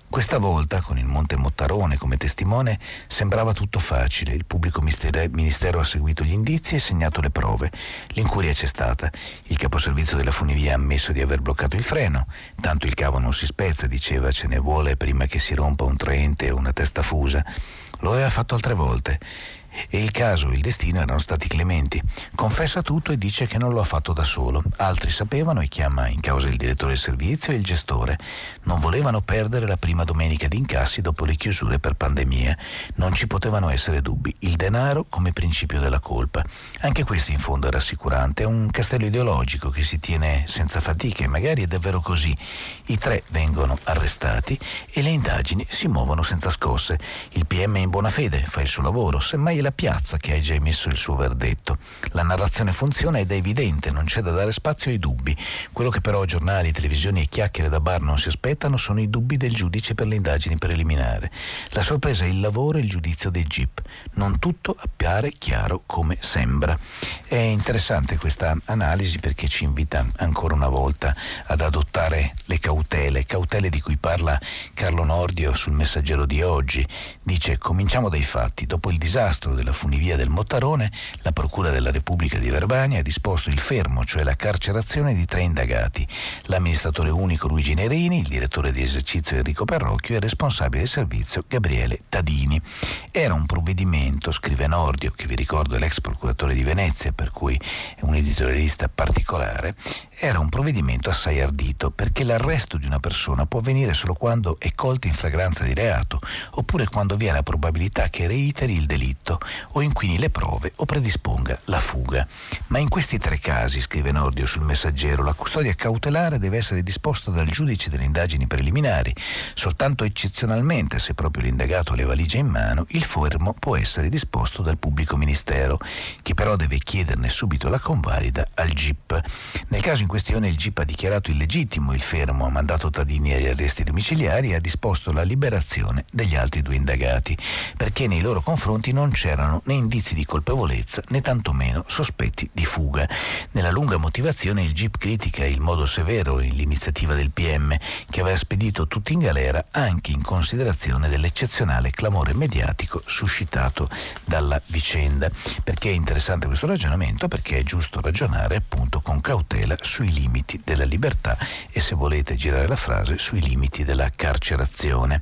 Questa volta, con il Monte Mottarone come testimone, sembrava tutto facile. Il pubblico ministero ha seguito gli indizi e segnato le prove. L'incuria c'è stata. Il caposervizio della funivia ha ammesso di aver bloccato il freno. Tanto il cavo non si spezza, diceva, ce ne vuole prima che si rompa un traente o una testa fusa. Lo aveva fatto altre volte. E il caso e il destino erano stati clementi. Confessa tutto e dice che non lo ha fatto da solo. Altri sapevano e chiama in causa il direttore del servizio e il gestore. Non volevano perdere la prima domenica di incassi dopo le chiusure per pandemia. Non ci potevano essere dubbi. Il denaro come principio della colpa. Anche questo in fondo è rassicurante. È un castello ideologico che si tiene senza fatica e magari è davvero così. I 3 vengono arrestati e le indagini si muovono senza scosse. Il PM è in buona fede, fa il suo lavoro, semmai è la piazza che ha già emesso il suo verdetto. La narrazione funziona ed è evidente, non c'è da dare spazio ai dubbi. Quello che però giornali, televisioni e chiacchiere da bar non si aspettano sono i dubbi del giudice per le indagini preliminari. La sorpresa è il lavoro e il giudizio dei GIP. Non tutto appare chiaro come sembra. È interessante questa analisi perché ci invita ancora una volta ad adottare le cautele di cui parla Carlo Nordio sul Messaggero di oggi. Dice: cominciamo dai fatti. Dopo il disastro della funivia del Mottarone, la Procura della Repubblica di Verbania ha disposto il fermo, cioè la carcerazione di 3 indagati: l'amministratore unico Luigi Nerini, il direttore di esercizio Enrico Perrocchio e il responsabile del servizio Gabriele Tadini. Era un provvedimento, scrive Nordio, che vi ricordo è l'ex procuratore di Venezia, per cui è un editorialista particolare, era un provvedimento assai ardito, perché l'arresto di una persona può avvenire solo quando è colta in flagranza di reato, oppure quando vi è la probabilità che reiteri il delitto, o inquini le prove o predisponga la fuga. Ma in questi 3 casi, scrive Nordio sul Messaggero, la custodia cautelare deve essere disposta dal giudice delle indagini preliminari. Soltanto eccezionalmente, se proprio l'indagato ha le valigie in mano, il fermo può essere disposto dal pubblico ministero, che però deve chiederne subito la convalida al GIP. Nel caso in questione il GIP ha dichiarato illegittimo il fermo, ha mandato Tadini agli arresti domiciliari e ha disposto la liberazione degli altri 2 indagati, perché nei loro confronti non c'erano né indizi di colpevolezza né tantomeno sospetti di fuga. Nella lunga motivazione il GIP critica il modo severo e l'iniziativa del PM, che aveva spedito tutti in galera anche in considerazione dell'eccezionale clamore mediatico suscitato dalla vicenda. Perché è interessante questo ragionamento? Perché è giusto ragionare appunto con cautela sui limiti della libertà e, se volete girare la frase, sui limiti della carcerazione.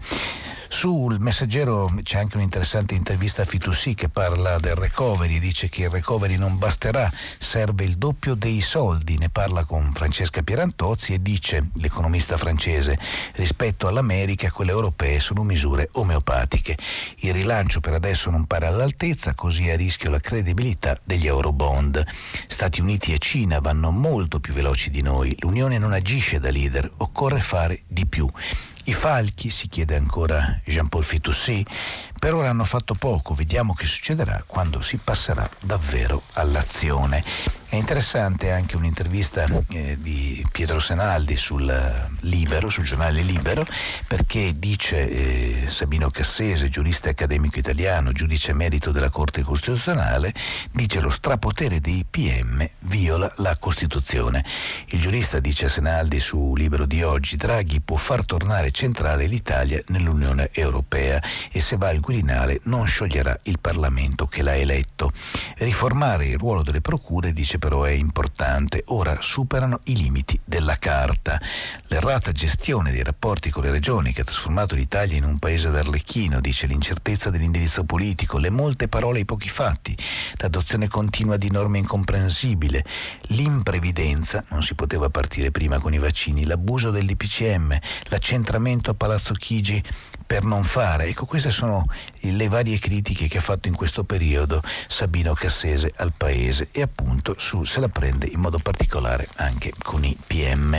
Sul Messaggero c'è anche un'interessante intervista a Fitoussi che parla del recovery, dice che il recovery non basterà, serve il doppio dei soldi. Ne parla con Francesca Pierantozzi e dice, l'economista francese, rispetto all'America quelle europee sono misure omeopatiche. Il rilancio per adesso non pare all'altezza, così è a rischio la credibilità degli eurobond. Stati Uniti e Cina vanno molto più veloci di noi, l'Unione non agisce da leader, occorre fare di più. I falchi, si chiede ancora Jean-Paul Fitoussi, per ora hanno fatto poco, vediamo che succederà quando si passerà davvero all'azione. È interessante anche un'intervista di Pietro Senaldi sul Libero, sul giornale Libero, perché dice Sabino Cassese, giurista accademico italiano, giudice emerito della Corte Costituzionale, dice: lo strapotere dei PM viola la Costituzione. Il giurista dice a Senaldi su Libero di oggi: Draghi può far tornare centrale l'Italia nell'Unione Europea e se va al Quirinale non scioglierà il Parlamento che l'ha eletto. Riformare il ruolo delle procure, dice, però è importante, ora superano i limiti della carta. L'errata gestione dei rapporti con le regioni che ha trasformato l'Italia in un paese d'Arlecchino, dice, l'incertezza dell'indirizzo politico, le molte parole e i pochi fatti, l'adozione continua di norme incomprensibili, l'imprevidenza, non si poteva partire prima con i vaccini, l'abuso del DPCM, l'accentramento a Palazzo Chigi per non fare. Ecco, queste sono le varie critiche che ha fatto in questo periodo Sabino Cassese al Paese e appunto se la prende in modo particolare anche con i PM.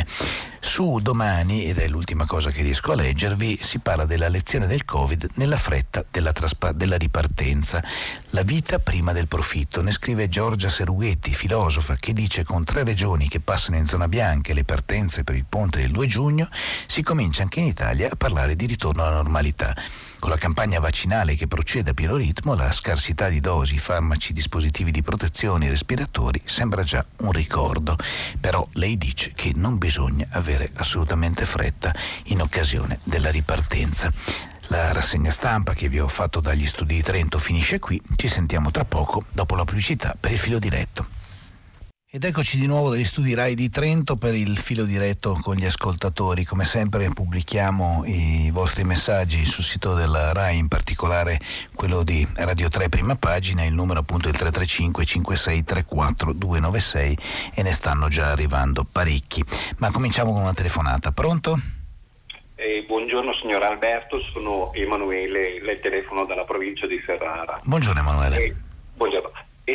Su Domani, ed è l'ultima cosa che riesco a leggervi, si parla della lezione del Covid nella fretta della ripartenza. La vita prima del profitto, ne scrive Giorgia Serughetti, filosofa, che dice: con 3 regioni che passano in zona bianca e le partenze per il ponte del 2 giugno, si comincia anche in Italia a parlare di ritorno alla normalità. Con la campagna vaccinale che procede a pieno ritmo, la scarsità di dosi, farmaci, dispositivi di protezione e respiratori sembra già un ricordo. Però lei dice che non bisogna avere avere assolutamente fretta in occasione della ripartenza. La rassegna stampa che vi ho fatto dagli studi di Trento finisce qui, ci sentiamo tra poco dopo la pubblicità per il filo diretto. Ed eccoci di nuovo dagli studi Rai di Trento per il filo diretto con gli ascoltatori. Come sempre pubblichiamo i vostri messaggi sul sito della Rai, in particolare quello di Radio 3 Prima Pagina, il numero appunto è il 335 5634 296 e ne stanno già arrivando parecchi. Ma cominciamo con una telefonata. Pronto? Buongiorno signor Alberto, sono Emanuele, le telefono dalla provincia di Ferrara. Buongiorno Emanuele. Buongiorno.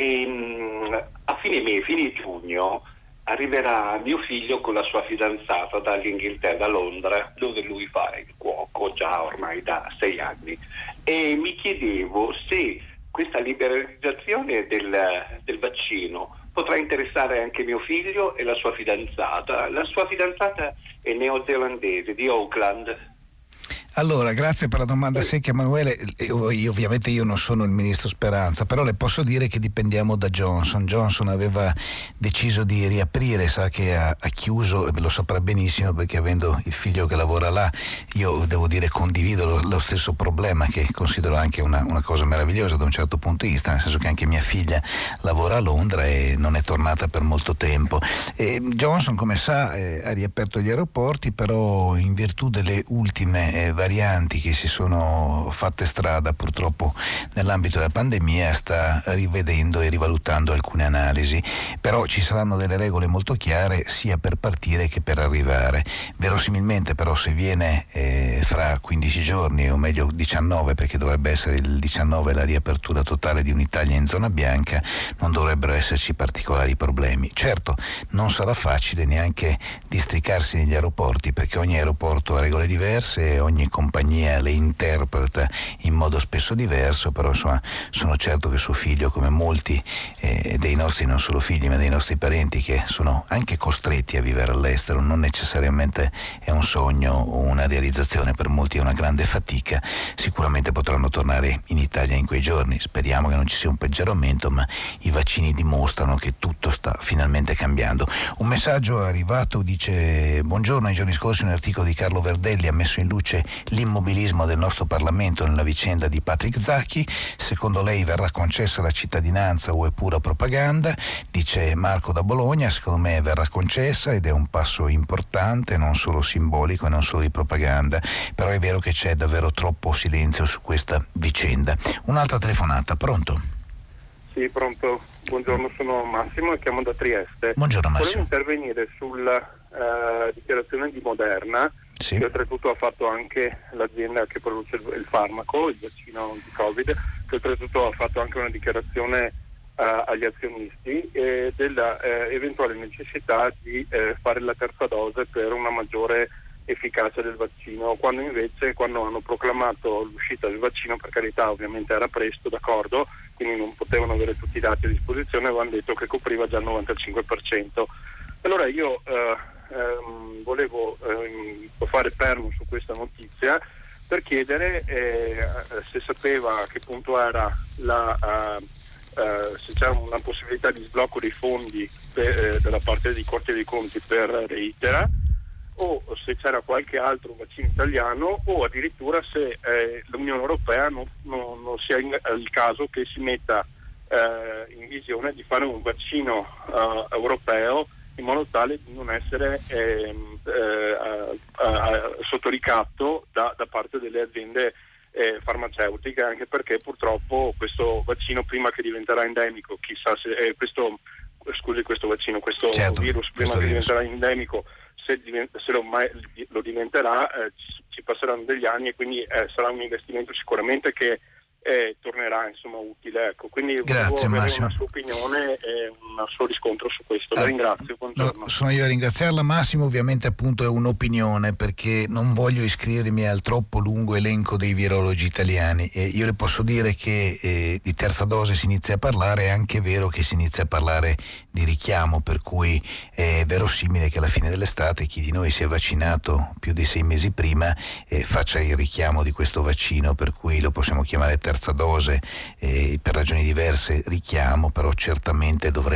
A fine giugno arriverà mio figlio con la sua fidanzata dall'Inghilterra, da Londra, dove lui fa il cuoco già ormai da 6 anni. E mi chiedevo se questa liberalizzazione del vaccino potrà interessare anche mio figlio e la sua fidanzata. La sua fidanzata è neozelandese, di Auckland. Allora, grazie per la domanda secca Emanuele. Ovviamente io non sono il ministro Speranza, però le posso dire che dipendiamo da Johnson. Johnson aveva deciso di riaprire, sa che ha chiuso, e lo saprà benissimo perché avendo il figlio che lavora là, io devo dire condivido lo stesso problema, che considero anche una cosa meravigliosa da un certo punto di vista, nel senso che anche mia figlia lavora a Londra e non è tornata per molto tempo. Johnson, come sa, ha riaperto gli aeroporti, però in virtù delle ultime varianti che si sono fatte strada purtroppo nell'ambito della pandemia sta rivedendo e rivalutando alcune analisi, però ci saranno delle regole molto chiare sia per partire che per arrivare. Verosimilmente però se viene fra 15 giorni o meglio 19, perché dovrebbe essere il 19 la riapertura totale di un'Italia in zona bianca, non dovrebbero esserci particolari problemi. Certo non sarà facile neanche districarsi negli aeroporti, perché ogni aeroporto ha regole diverse, ogni compagnia le interpreta in modo spesso diverso, però insomma sono certo che suo figlio, come molti dei nostri, non solo figli ma dei nostri parenti che sono anche costretti a vivere all'estero, non necessariamente è un sogno o una realizzazione, per molti è una grande fatica, sicuramente potranno tornare in Italia in quei giorni. Speriamo che non ci sia un peggioramento, ma i vaccini dimostrano che tutto sta finalmente cambiando. Un messaggio è arrivato, dice: buongiorno, nei giorni scorsi un articolo di Carlo Verdelli ha messo in luce l'immobilismo del nostro Parlamento nella vicenda di Patrick Zaki. Secondo lei verrà concessa la cittadinanza o è pura propaganda? Dice Marco da Bologna: secondo me verrà concessa ed è un passo importante, non solo simbolico e non solo di propaganda, però è vero che c'è davvero troppo silenzio su questa vicenda. Un'altra telefonata, pronto? Sì, pronto. Buongiorno, sono Massimo e chiamo da Trieste. Buongiorno Massimo. Volevo intervenire sulla dichiarazione di Moderna, sì, che oltretutto ha fatto anche l'azienda che produce il farmaco, il vaccino di Covid, che oltretutto ha fatto anche una dichiarazione agli azionisti della eventuale necessità di fare la terza dose per una maggiore efficacia del vaccino, quando invece, quando hanno proclamato l'uscita del vaccino, per carità ovviamente era presto, d'accordo, quindi non potevano avere tutti i dati a disposizione, avevano detto che copriva già il 95%. Allora io volevo fare perno su questa notizia per chiedere se sapeva a che punto era se c'era una possibilità di sblocco dei fondi dalla parte dei Corti dei Conti per Reitera, o se c'era qualche altro vaccino italiano, o addirittura se l'Unione Europea non sia il caso che si metta in visione di fare un vaccino europeo in modo tale di non essere sotto ricatto da parte delle aziende farmaceutiche, anche perché purtroppo questo vaccino, prima che diventerà endemico, chissà se questo virus prima che diventerà endemico, se lo diventerà, ci passeranno degli anni e quindi sarà un investimento sicuramente che tornerà insomma utile, ecco. Quindi grazie Massimo, una sua opinione e un suo riscontro su questo. La ringrazio, buongiorno. No, sono io a ringraziarla Massimo, ovviamente appunto è un'opinione, perché non voglio iscrivermi al troppo lungo elenco dei virologi italiani. Io le posso dire che di terza dose si inizia a parlare, è anche vero che si inizia a parlare di richiamo, per cui è verosimile che alla fine dell'estate chi di noi si è vaccinato più di 6 mesi prima faccia il richiamo di questo vaccino, per cui lo possiamo chiamare terza dose, per ragioni diverse richiamo, però certamente dovremmo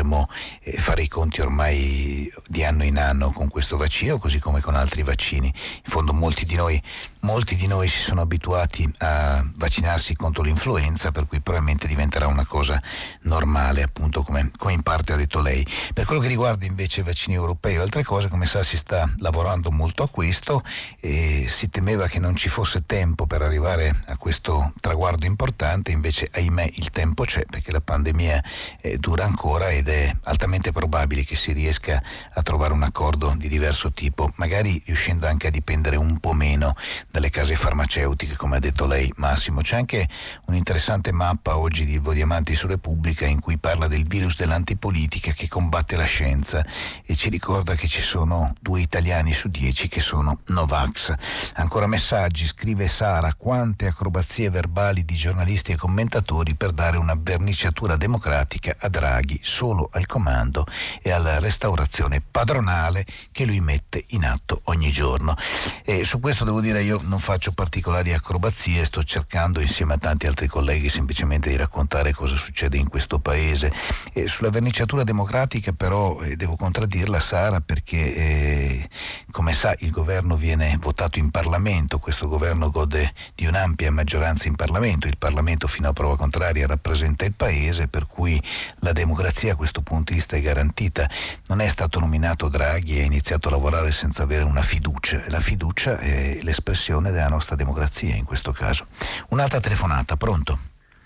dovremmo fare i conti ormai di anno in anno con questo vaccino, così come con altri vaccini. In fondo molti di noi si sono abituati a vaccinarsi contro l'influenza, per cui probabilmente diventerà una cosa normale, appunto come in parte ha detto lei. Per quello che riguarda invece i vaccini europei o altre cose, come sa, si sta lavorando molto a questo e si temeva che non ci fosse tempo per arrivare a questo traguardo importante, invece ahimè il tempo c'è, perché la pandemia dura ancora ed è altamente probabile che si riesca a trovare un accordo di diverso tipo, magari riuscendo anche a dipendere un po' meno dalle case farmaceutiche, come ha detto lei Massimo. C'è anche un'interessante mappa oggi di Ivo Diamanti su Repubblica in cui parla del virus dell'antipolitica che combatte la scienza e ci ricorda che ci sono 2 italiani su 10 che sono Novax. Ancora messaggi, scrive Sara: quante acrobazie verbali di giornalisti e commentatori per dare una verniciatura democratica a Draghi, solo al comando e alla restaurazione padronale che lui mette in atto ogni giorno. E su questo devo dire, io non faccio particolari acrobazie, sto cercando insieme a tanti altri colleghi semplicemente di raccontare cosa succede in questo paese. Sulla verniciatura democratica però devo contraddirla, Sara, perché come sa il governo viene votato in Parlamento, questo governo gode di un'ampia maggioranza in Parlamento, il Parlamento fino a prova contraria rappresenta il paese, per cui la democrazia a questo punto di vista è garantita. Non è stato nominato Draghi e ha iniziato a lavorare senza avere una fiducia, la fiducia è l'espressione della nostra democrazia in questo caso. Un'altra telefonata, pronto?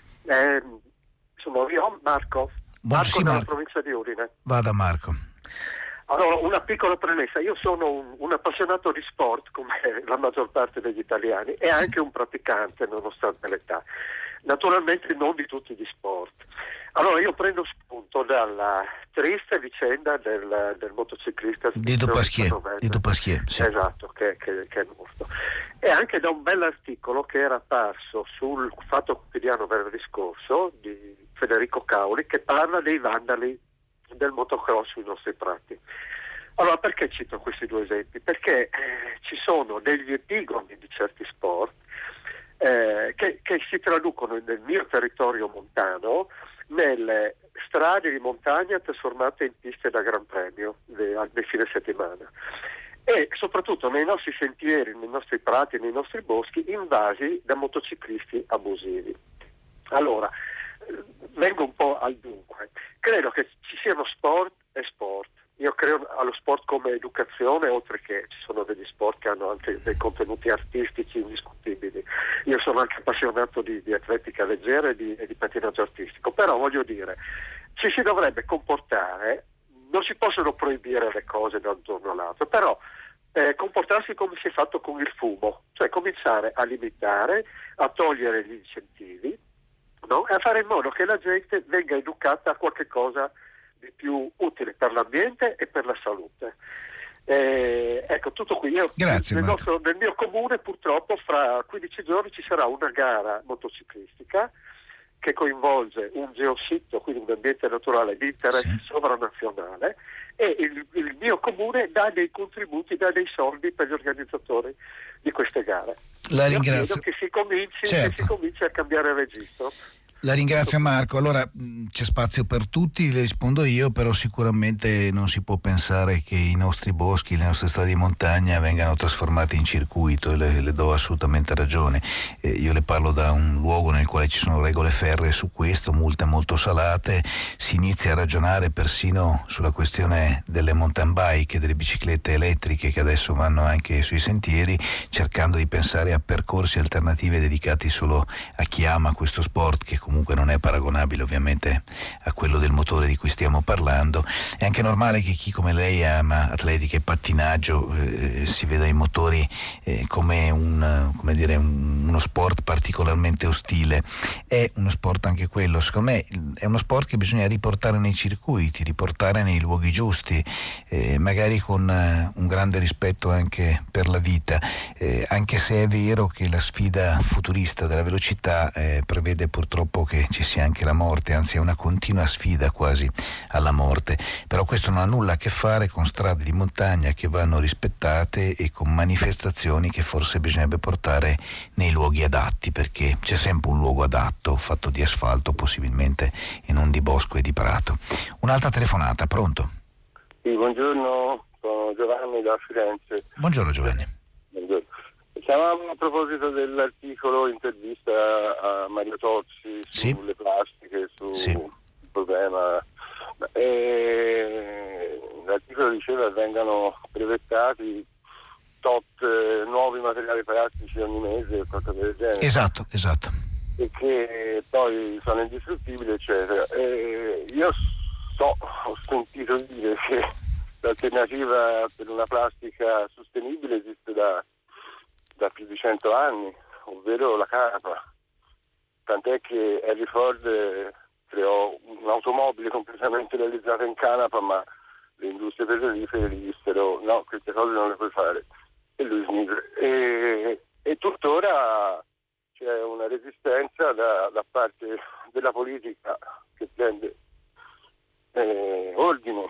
Sono io, Marco. Marco dalla provincia di Udine. Vada Marco. Allora, una piccola premessa: io sono un appassionato di sport come la maggior parte degli italiani e anche un praticante nonostante l'età, naturalmente non di tutti gli sport. Allora io prendo spunto dalla triste vicenda del motociclista di Dupasquier, sì. Esatto, che è morto, e anche da un bell'articolo che era apparso sul Fatto Quotidiano venerdì scorso di Federico Cauli, che parla dei vandali del motocross sui nostri prati. Allora, perché cito questi 2 esempi? Perché ci sono degli epigoni di certi sport che si traducono nel mio territorio montano nelle strade di montagna trasformate in piste da Gran Premio nel fine settimana, e soprattutto nei nostri sentieri, nei nostri prati, nei nostri boschi invasi da motociclisti abusivi. Allora, vengo un po' al dunque. Credo che ci siano sport e sport. Io credo allo sport come educazione, oltre che ci sono degli sport che hanno anche dei contenuti artistici indiscutibili. Io sono anche appassionato di atletica leggera e di pattinaggio artistico, però voglio dire, ci si dovrebbe comportare, non si possono proibire le cose da un giorno all'altro, però comportarsi come si è fatto con il fumo, cioè cominciare a limitare, a togliere gli incentivi, no? E a fare in modo che la gente venga educata a qualche cosa di più utile per l'ambiente e per la salute. Ecco, tutto qui. Grazie, nel mio comune purtroppo fra 15 giorni ci sarà una gara motociclistica che coinvolge un geosito, quindi un ambiente naturale di interesse sovranazionale, e il mio comune dà dei contributi, dà dei soldi per gli organizzatori di queste gare. La ringrazio. Io credo che si cominci a cambiare registro. La ringrazio Marco. Allora c'è spazio per tutti, le rispondo io, però sicuramente non si può pensare che i nostri boschi, le nostre strade di montagna vengano trasformate in circuito, le do assolutamente ragione. Io le parlo da un luogo nel quale ci sono regole ferree su questo, multe molto salate, si inizia a ragionare persino sulla questione delle mountain bike, delle biciclette elettriche che adesso vanno anche sui sentieri, cercando di pensare a percorsi alternativi dedicati solo a chi ama questo sport, che comunque non è paragonabile ovviamente a quello del motore di cui stiamo parlando. È anche normale che chi come lei ama atletica e pattinaggio si veda i motori come uno sport particolarmente ostile. È uno sport anche quello, secondo me è uno sport che bisogna riportare nei circuiti, riportare nei luoghi giusti, magari con un grande rispetto anche per la vita, anche se è vero che la sfida futurista della velocità prevede purtroppo che ci sia anche la morte, anzi è una continua sfida quasi alla morte, però questo non ha nulla a che fare con strade di montagna che vanno rispettate e con manifestazioni che forse bisognerebbe portare nei luoghi adatti, perché c'è sempre un luogo adatto fatto di asfalto possibilmente e non di bosco e di prato. Un'altra telefonata, pronto? Sì, buongiorno, sono Giovanni da Firenze. Buongiorno Giovanni. Buongiorno. Siamo a proposito dell'articolo intervista a Mario Tozzi sulle plastiche, sul problema. L'articolo diceva che vengano brevettati tot nuovi materiali plastici ogni mese, qualcosa del genere. Esatto. E che poi sono indistruttibili, eccetera. Io ho sentito dire che l'alternativa per una plastica sostenibile esiste da più di 100 anni, ovvero la canapa. Tant'è che Henry Ford creò un'automobile completamente realizzata in canapa, ma le industrie petrolifere gli dissero no, queste cose non le puoi fare, e lui smise. E tuttora c'è una resistenza da parte della politica che prende ordine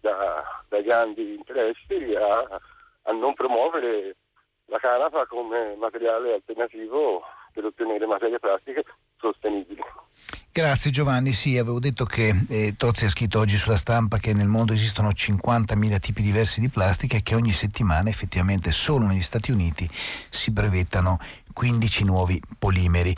dai grandi interessi a non promuovere la canapa come materiale alternativo per ottenere materie plastiche sostenibili. Grazie Giovanni, sì, avevo detto che Tozzi ha scritto oggi sulla Stampa che nel mondo esistono 50.000 tipi diversi di plastica e che ogni settimana effettivamente solo negli Stati Uniti si brevettano 15 nuovi polimeri.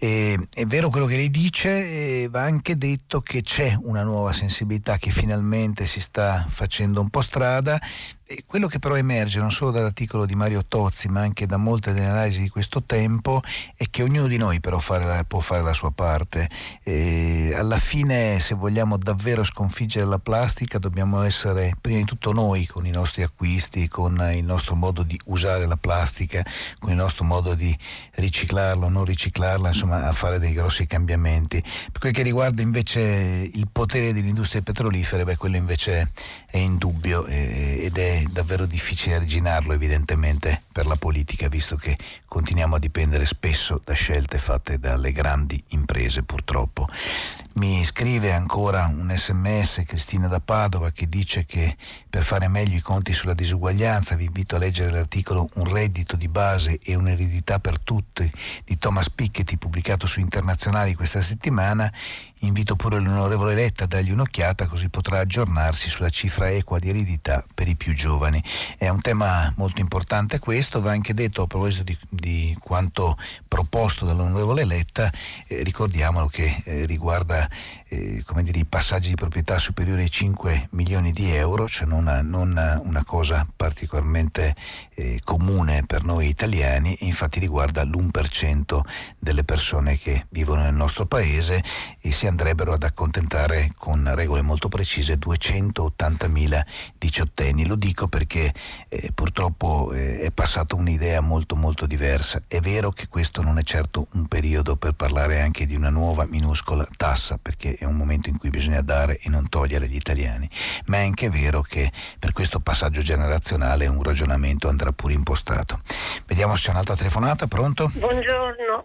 È vero quello che lei dice, va anche detto che c'è una nuova sensibilità che finalmente si sta facendo un po' strada. Quello che però emerge non solo dall'articolo di Mario Tozzi ma anche da molte delle analisi di questo tempo è che ognuno di noi però può fare la sua parte. Alla fine, se vogliamo davvero sconfiggere la plastica, dobbiamo essere prima di tutto noi con i nostri acquisti, con il nostro modo di usare la plastica, con il nostro modo di riciclarlo, non riciclarla, insomma a fare dei grossi cambiamenti. Per quel che riguarda invece il potere delle industrie petrolifere, quello invece è indubbio ed è davvero difficile arginarlo evidentemente per la politica, visto che continuiamo a dipendere spesso da scelte fatte dalle grandi imprese, purtroppo. Mi scrive ancora un SMS Cristina da Padova che dice che per fare meglio i conti sulla disuguaglianza vi invito a leggere l'articolo Un reddito di base e un'eredità per tutti di Thomas Piketty pubblicato su Internazionali questa settimana. Invito pure l'onorevole Letta a dargli un'occhiata, così potrà aggiornarsi sulla cifra equa di eredità per i più giovani. È un tema molto importante questo, va anche detto a proposito di quanto proposto dall'onorevole Letta, ricordiamolo che riguarda i passaggi di proprietà superiori ai 5 milioni di euro, cioè non una cosa particolarmente comune per noi italiani, e infatti riguarda l'1% delle persone che vivono nel nostro paese e si andrebbero ad accontentare con regole molto precise 280.000 diciottenni. Lo dico perché purtroppo è passata un'idea molto molto diversa. È vero che questo non è certo un periodo per parlare anche di una nuova minuscola tassa, perché è un momento in cui bisogna dare e non togliere agli italiani, ma è anche vero che per questo passaggio generazionale un ragionamento andrà pure impostato. Vediamo se c'è un'altra telefonata. Pronto? Buongiorno.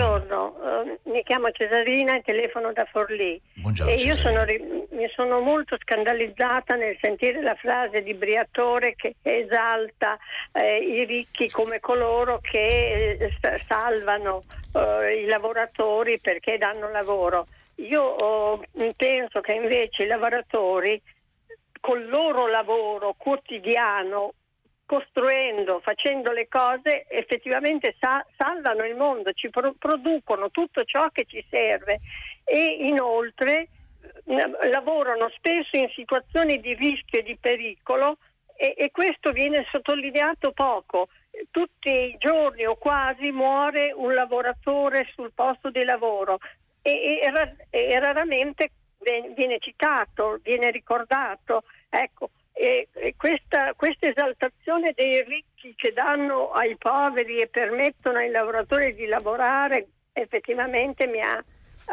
Mi chiamo Cesarina e telefono da Forlì. Buongiorno, e io mi sono molto scandalizzata nel sentire la frase di Briatore che esalta i ricchi come coloro che salvano i lavoratori perché danno lavoro. Io penso che invece i lavoratori col loro lavoro quotidiano, costruendo, facendo le cose, effettivamente salvano il mondo, ci producono tutto ciò che ci serve e inoltre lavorano spesso in situazioni di rischio e di pericolo e questo viene sottolineato poco. Tutti i giorni o quasi muore un lavoratore sul posto di lavoro e raramente viene citato, viene ricordato. Ecco, e questa esaltazione dei ricchi che danno ai poveri e permettono ai lavoratori di lavorare effettivamente mi ha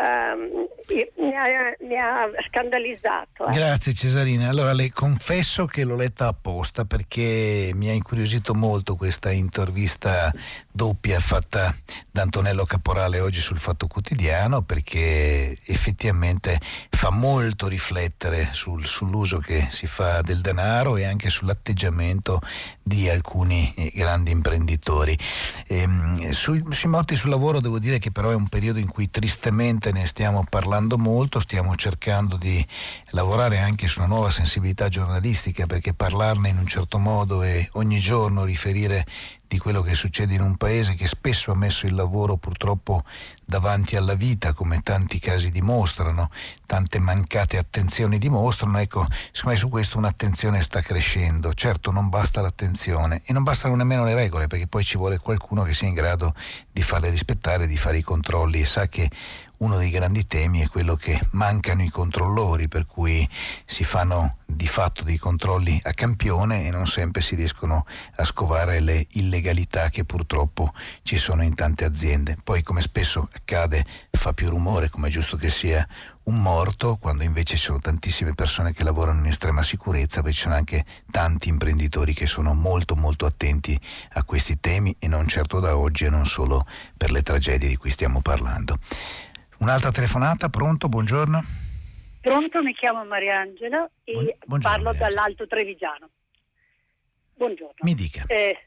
scandalizzato. Grazie Cesarina. Allora le confesso che l'ho letta apposta perché mi ha incuriosito molto questa intervista doppia fatta da Antonello Caporale oggi sul Fatto Quotidiano, perché effettivamente fa molto riflettere sull'uso che si fa del denaro e anche sull'atteggiamento di alcuni grandi imprenditori. Sui morti sul lavoro devo dire che però è un periodo in cui tristemente sicuramente ne stiamo parlando molto, stiamo cercando di lavorare anche su una nuova sensibilità giornalistica, perché parlarne in un certo modo e ogni giorno riferire di quello che succede in un paese che spesso ha messo il lavoro purtroppo davanti alla vita, come tanti casi dimostrano, tante mancate attenzioni dimostrano, ecco, secondo me su questo un'attenzione sta crescendo. Certo, non basta l'attenzione e non bastano nemmeno le regole, perché poi ci vuole qualcuno che sia in grado di farle rispettare, di fare i controlli, e sa che uno dei grandi temi è quello che mancano i controllori, per cui si fanno di fatto dei controlli a campione e non sempre si riescono a scovare le illegalità che purtroppo ci sono in tante aziende. Poi, come spesso accade, fa più rumore, come è giusto che sia, un morto, quando invece ci sono tantissime persone che lavorano in estrema sicurezza, perché ci sono anche tanti imprenditori che sono molto molto attenti a questi temi, e non certo da oggi e non solo per le tragedie di cui stiamo parlando. Un'altra telefonata, pronto? Buongiorno. Pronto, mi chiamo Mariangela e parlo dall'Alto Trevigiano. Buongiorno. Mi dica.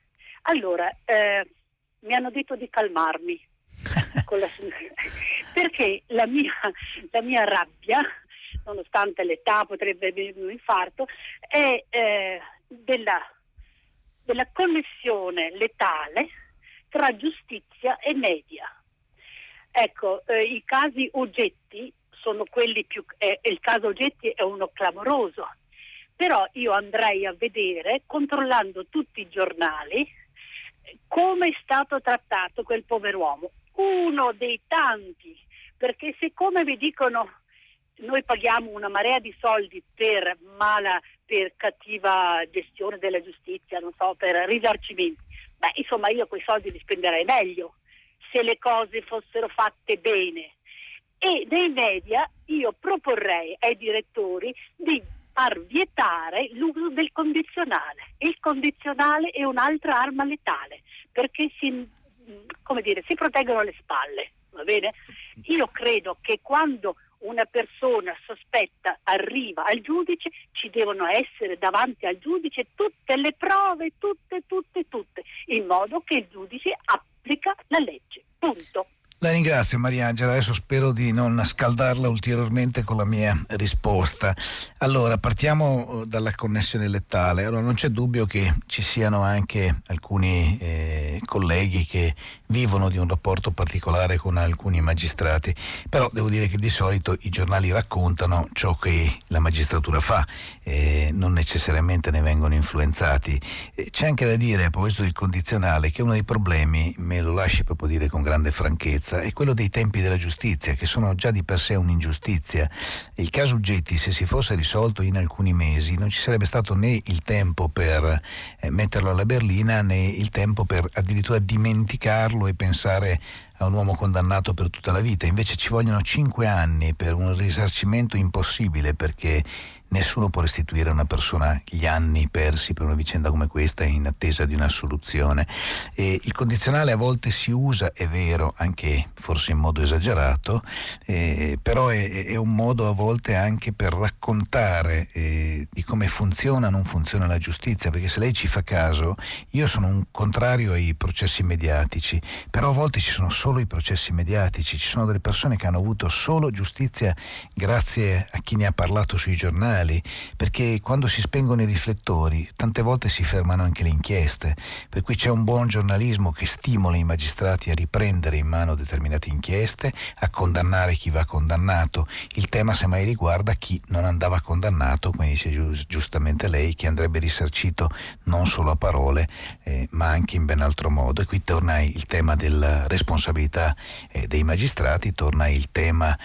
Mi hanno detto di calmarmi perché la mia rabbia, nonostante l'età, potrebbe avere un infarto, è della connessione letale tra giustizia e media. Ecco, i casi Oggetti sono quelli più... il caso Oggetti è uno clamoroso, però io andrei a vedere, controllando tutti i giornali, come è stato trattato quel pover'uomo. Uno dei tanti, perché siccome vi dicono noi paghiamo una marea di soldi per cattiva gestione della giustizia, non so, per risarcimenti, insomma io quei soldi li spenderei meglio se le cose fossero fatte bene. E nei media io proporrei ai direttori di far vietare l'uso del condizionale. Il condizionale è un'altra arma letale, perché si proteggono le spalle, va bene? Io credo che quando una persona sospetta arriva al giudice, ci devono essere davanti al giudice tutte le prove, tutte, in modo che il giudice applica la legge. Punto. La ringrazio Mariangela, adesso spero di non scaldarla ulteriormente con la mia risposta. Allora, partiamo dalla connessione letale. Allora, non c'è dubbio che ci siano anche alcuni colleghi che vivono di un rapporto particolare con alcuni magistrati, però devo dire che di solito i giornali raccontano ciò che la magistratura fa, non necessariamente ne vengono influenzati. C'è anche da dire, a proposito del condizionale, che uno dei problemi, me lo lasci proprio dire con grande franchezza, è quello dei tempi della giustizia, che sono già di per sé un'ingiustizia. Il caso Oggetti, se si fosse risolto in alcuni mesi, non ci sarebbe stato né il tempo per metterlo alla berlina, né il tempo per addirittura dimenticarlo e pensare a un uomo condannato per tutta la vita. Invece ci vogliono 5 anni per un risarcimento impossibile, perché nessuno può restituire a una persona gli anni persi per una vicenda come questa in attesa di una soluzione. E il condizionale a volte si usa, è vero, anche forse in modo esagerato, però è un modo a volte anche per raccontare di come funziona o non funziona la giustizia, perché se lei ci fa caso, io sono un contrario ai processi mediatici, però a volte ci sono solo i processi mediatici, ci sono delle persone che hanno avuto solo giustizia grazie a chi ne ha parlato sui giornali, perché quando si spengono i riflettori tante volte si fermano anche le inchieste, per cui c'è un buon giornalismo che stimola i magistrati a riprendere in mano determinate inchieste, a condannare chi va condannato. Il tema semmai riguarda chi non andava condannato, quindi dice giustamente lei, che andrebbe risarcito non solo a parole ma anche in ben altro modo. E qui torna il tema della responsabilità dei magistrati, torna il tema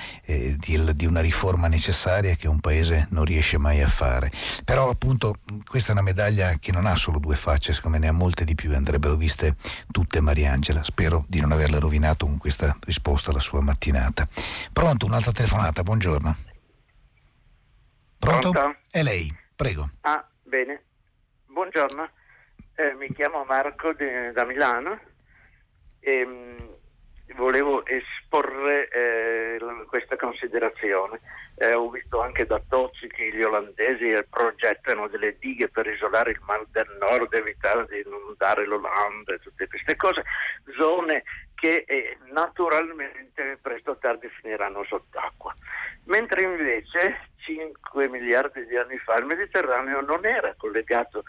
di una riforma necessaria che un paese non riesce mai a fare. Però appunto questa è una medaglia che non ha solo due facce, secondo me ne ha molte di più e andrebbero viste tutte. Mariangela, spero di non averle rovinato con questa risposta alla sua mattinata. Pronto? Un'altra telefonata, buongiorno. Pronto? È lei, prego. Ah, bene. Buongiorno, mi chiamo Marco da Milano e volevo esporre questa considerazione. Ho visto anche da Tozzi che gli olandesi progettano delle dighe per isolare il Mar del Nord, evitare di inondare l'Olanda e tutte queste cose, zone che naturalmente presto o tardi finiranno sott'acqua. Mentre invece 5 miliardi di anni fa il Mediterraneo non era collegato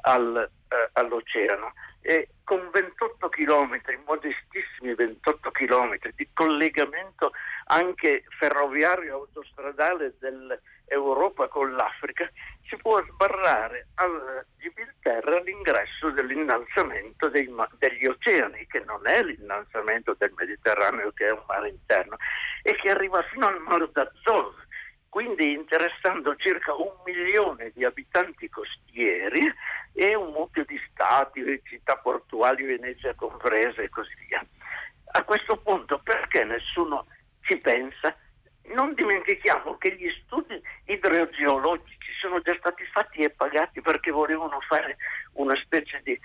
all'oceano, e con 28 chilometri, modestissimi 28 chilometri di collegamento anche ferroviario e autostradale dell'Europa con l'Africa, si può sbarrare al Gibilterra l'ingresso dell'innalzamento degli oceani, che non è l'innalzamento del Mediterraneo, che è un mare interno, e che arriva fino al Mar d'Azov, quindi interessando circa 1 milione di abitanti costieri e un mucchio di stati, città portuali, Venezia comprese e così via. A questo punto, perché nessuno ci pensa? Non dimentichiamo che gli studi idrogeologici sono già stati fatti e pagati perché volevano fare una specie di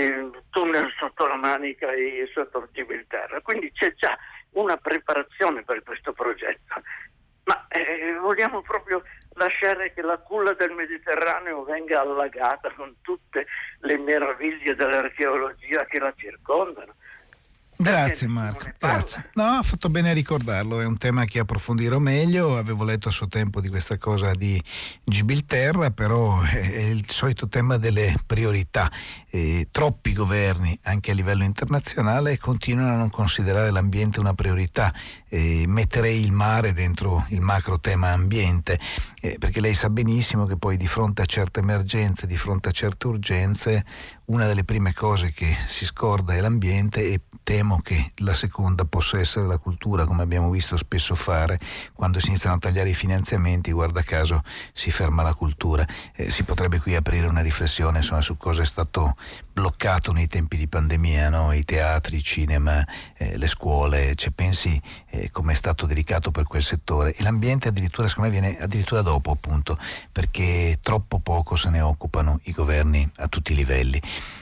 tunnel sotto la Manica e sotto il Gibilterra, quindi c'è già una preparazione per questo progetto. Ma vogliamo proprio lasciare che la culla del Mediterraneo venga allagata con tutte le meraviglie dell'archeologia che la circondano? Grazie Marco, grazie. No, ha fatto bene a ricordarlo, è un tema che approfondirò meglio. Avevo letto a suo tempo di questa cosa di Gibilterra, però è il solito tema delle priorità. Troppi governi, anche a livello internazionale, continuano a non considerare l'ambiente una priorità. Metterei il mare dentro il macro tema ambiente, perché lei sa benissimo che poi di fronte a certe emergenze, di fronte a certe urgenze, una delle prime cose che si scorda è l'ambiente, e temo che la seconda possa essere la cultura, come abbiamo visto spesso fare. Quando si iniziano a tagliare i finanziamenti, guarda caso, si ferma la cultura. Si potrebbe qui aprire una riflessione, insomma, su cosa è stato bloccato nei tempi di pandemia, no? I teatri, i cinema, le scuole, pensi come è stato dedicato per quel settore, e l'ambiente addirittura, secondo me, viene addirittura dopo, appunto, perché troppo poco se ne occupano i governi a tutti i livelli.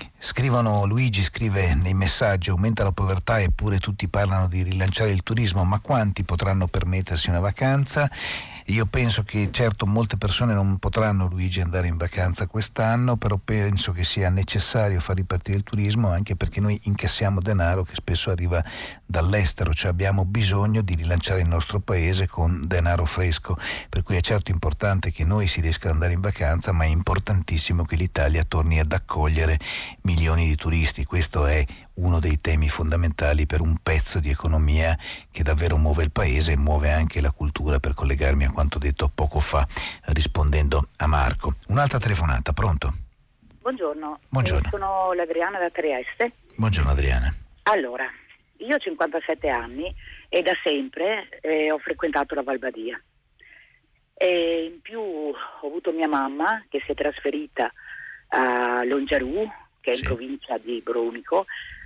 Luigi scrive nei messaggi: aumenta la povertà eppure tutti parlano di rilanciare il turismo, ma quanti potranno permettersi una vacanza? Io penso che certo molte persone non potranno, Luigi, andare in vacanza quest'anno, però penso che sia necessario far ripartire il turismo, anche perché noi incassiamo denaro che spesso arriva dall'estero, cioè abbiamo bisogno di rilanciare il nostro paese con denaro fresco, per cui è certo importante che noi si riesca ad andare in vacanza, ma è importantissimo che l'Italia torni ad accogliere milioni di turisti. Questo è uno dei temi fondamentali per un pezzo di economia che davvero muove il paese e muove anche la cultura, per collegarmi a quanto detto poco fa rispondendo a Marco. Un'altra telefonata, pronto? Buongiorno. Buongiorno. Sono l'Adriana da Trieste. Buongiorno Adriana. Allora, io ho 57 anni e da sempre ho frequentato la Val Badia. E in più ho avuto mia mamma che si è trasferita a Longiarù, che è in provincia di Brunico,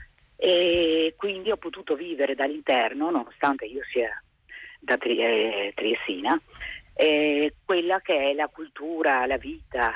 e quindi ho potuto vivere dall'interno, nonostante io sia da triestina, quella che è la cultura, la vita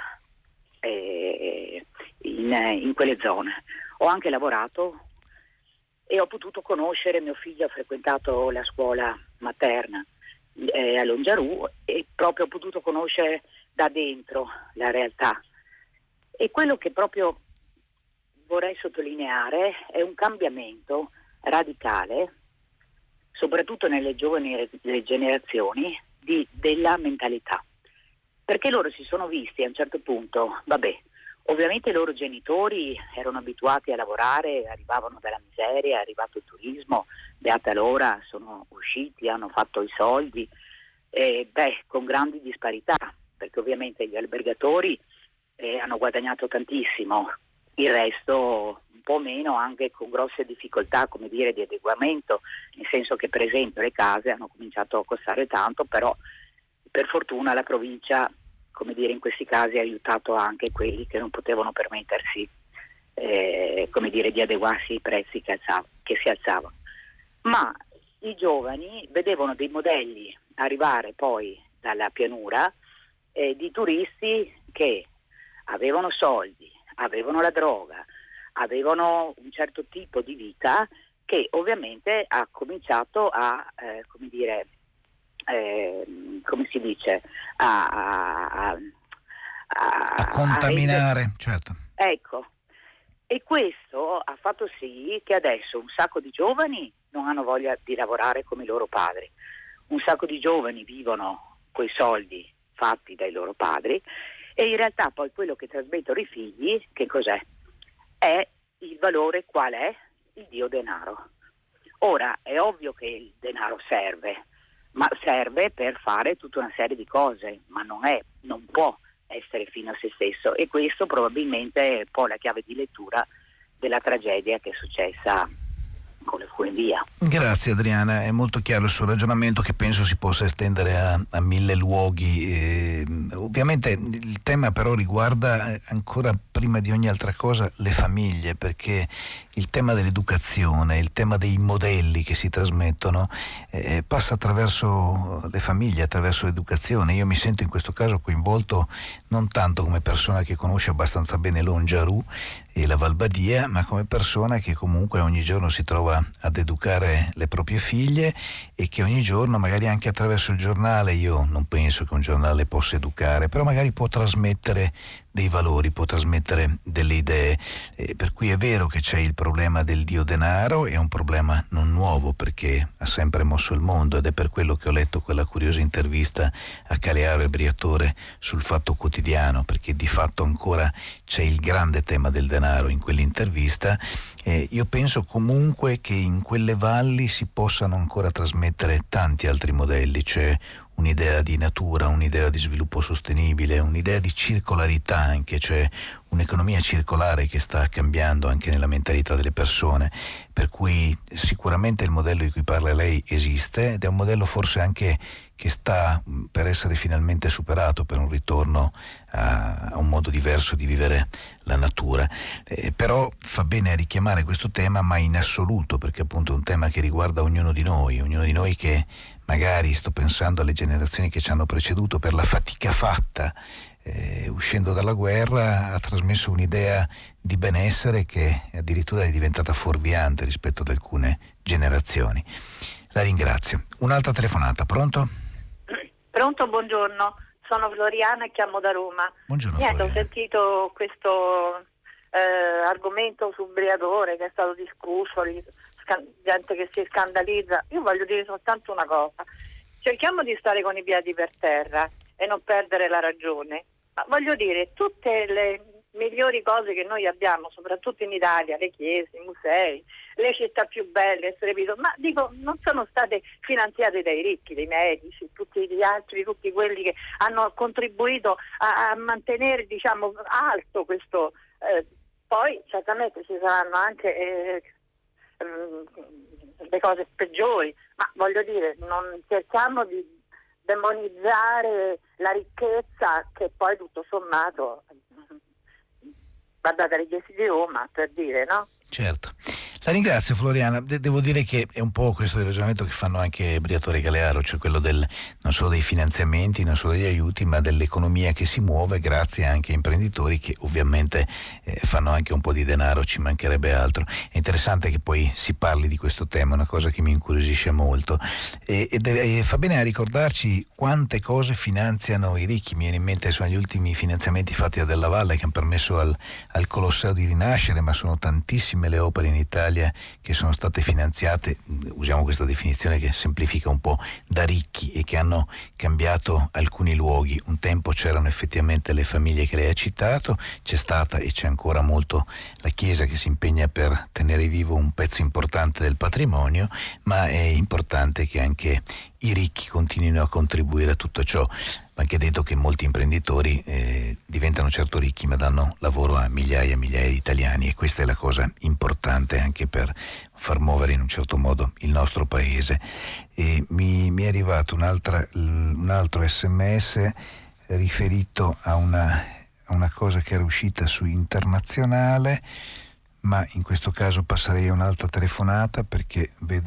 in quelle zone. Ho anche lavorato e ho potuto conoscere, mio figlio ha frequentato la scuola materna a Longiarù, e proprio ho potuto conoscere da dentro la realtà. E quello che proprio vorrei sottolineare è un cambiamento radicale, soprattutto nelle giovani generazioni, della mentalità. Perché loro si sono visti a un certo punto, ovviamente i loro genitori erano abituati a lavorare, arrivavano dalla miseria, è arrivato il turismo, beata loro, sono usciti, hanno fatto i soldi, con grandi disparità, perché ovviamente gli albergatori hanno guadagnato tantissimo, il resto un po' meno, anche con grosse difficoltà, come dire, di adeguamento, nel senso che per esempio le case hanno cominciato a costare tanto, però per fortuna la provincia, come dire, in questi casi ha aiutato anche quelli che non potevano permettersi come dire, di adeguarsi ai prezzi che si alzavano. Ma i giovani vedevano dei modelli arrivare poi dalla pianura di turisti che avevano soldi, avevano la droga, avevano un certo tipo di vita che ovviamente ha cominciato a come dire, come si dice, a contaminare, certo. Ecco, e questo ha fatto sì che adesso un sacco di giovani non hanno voglia di lavorare come i loro padri. Un sacco di giovani vivono coi soldi fatti dai loro padri e in realtà poi quello che trasmettono i figli, che cos'è? È il valore, qual è? Il dio denaro. Ora è ovvio che il denaro serve, ma serve per fare tutta una serie di cose, ma non può essere fino a se stesso, e questo probabilmente è poi la chiave di lettura della tragedia che è successa con le furie via. Grazie Adriana, è molto chiaro il suo ragionamento, che penso si possa estendere a 1000 luoghi. Ovviamente il tema però riguarda ancora prima di ogni altra cosa le famiglie, perché il tema dell'educazione, il tema dei modelli che si trasmettono passa attraverso le famiglie, attraverso l'educazione. Io mi sento in questo caso coinvolto non tanto come persona che conosce abbastanza bene l'Ongiarù e la Valbadia, ma come persona che comunque ogni giorno si trova ad educare le proprie figlie e che ogni giorno, magari anche attraverso il giornale, io non penso che un giornale possa educare, però magari può trasmettere dei valori, può trasmettere delle idee, per cui è vero che c'è il problema del dio denaro, è un problema non nuovo perché ha sempre mosso il mondo, ed è per quello che ho letto quella curiosa intervista a Calearo e Briatore sul Fatto Quotidiano, perché di fatto ancora c'è il grande tema del denaro in quell'intervista. Io penso comunque che in quelle valli si possano ancora trasmettere tanti altri modelli, cioè un'idea di natura, un'idea di sviluppo sostenibile, un'idea di circolarità anche, cioè un'economia circolare che sta cambiando anche nella mentalità delle persone, per cui sicuramente il modello di cui parla lei esiste ed è un modello forse anche che sta per essere finalmente superato, per un ritorno a un modo diverso di vivere la natura. Però fa bene a richiamare questo tema, ma in assoluto, perché appunto è un tema che riguarda ognuno di noi che magari, sto pensando alle generazioni che ci hanno preceduto, per la fatica fatta uscendo dalla guerra ha trasmesso un'idea di benessere che addirittura è diventata fuorviante rispetto ad alcune generazioni. La ringrazio. Un'altra telefonata, pronto? Pronto, buongiorno, sono Floriana e chiamo da Roma. Buongiorno. Niente, ho sentito questo argomento sul Briatore che è stato discusso, gente che si scandalizza. Io voglio dire soltanto una cosa: cerchiamo di stare con i piedi per terra e non perdere la ragione. Ma voglio dire, tutte le migliori cose che noi abbiamo, soprattutto in Italia, le chiese, i musei, le città più belle, ma dico, non sono state finanziate dai ricchi, dai medici, tutti gli altri, tutti quelli che hanno contribuito a mantenere, diciamo, alto questo. Poi certamente ci saranno anche le cose peggiori, ma voglio dire, non cerchiamo di demonizzare la ricchezza che poi tutto sommato va data alle chiese di Roma, per dire, no? Certo. La ringrazio Floriana, devo dire che è un po' questo il ragionamento che fanno anche Briatore e Calearo, cioè quello non solo dei finanziamenti, non solo degli aiuti, ma dell'economia che si muove grazie anche a imprenditori che ovviamente fanno anche un po' di denaro, ci mancherebbe altro. È interessante che poi si parli di questo tema, è una cosa che mi incuriosisce molto e fa bene a ricordarci quante cose finanziano i ricchi. Mi viene in mente sono gli ultimi finanziamenti fatti da Della Valle che hanno permesso al Colosseo di rinascere, ma sono tantissime le opere in Italia che sono state finanziate, usiamo questa definizione che semplifica un po', da ricchi e che hanno cambiato alcuni luoghi. Un tempo c'erano effettivamente le famiglie che lei ha citato, c'è stata e c'è ancora molto la Chiesa che si impegna per tenere vivo un pezzo importante del patrimonio, ma è importante che anche i ricchi continuino a contribuire a tutto ciò. Ma anche detto che molti imprenditori diventano certo ricchi ma danno lavoro a migliaia e migliaia di italiani, e questa è la cosa importante anche per far muovere in un certo modo il nostro paese. E mi è arrivato un altro SMS riferito a una cosa che era uscita su Internazionale, ma in questo caso passerei a un'altra telefonata perché vedo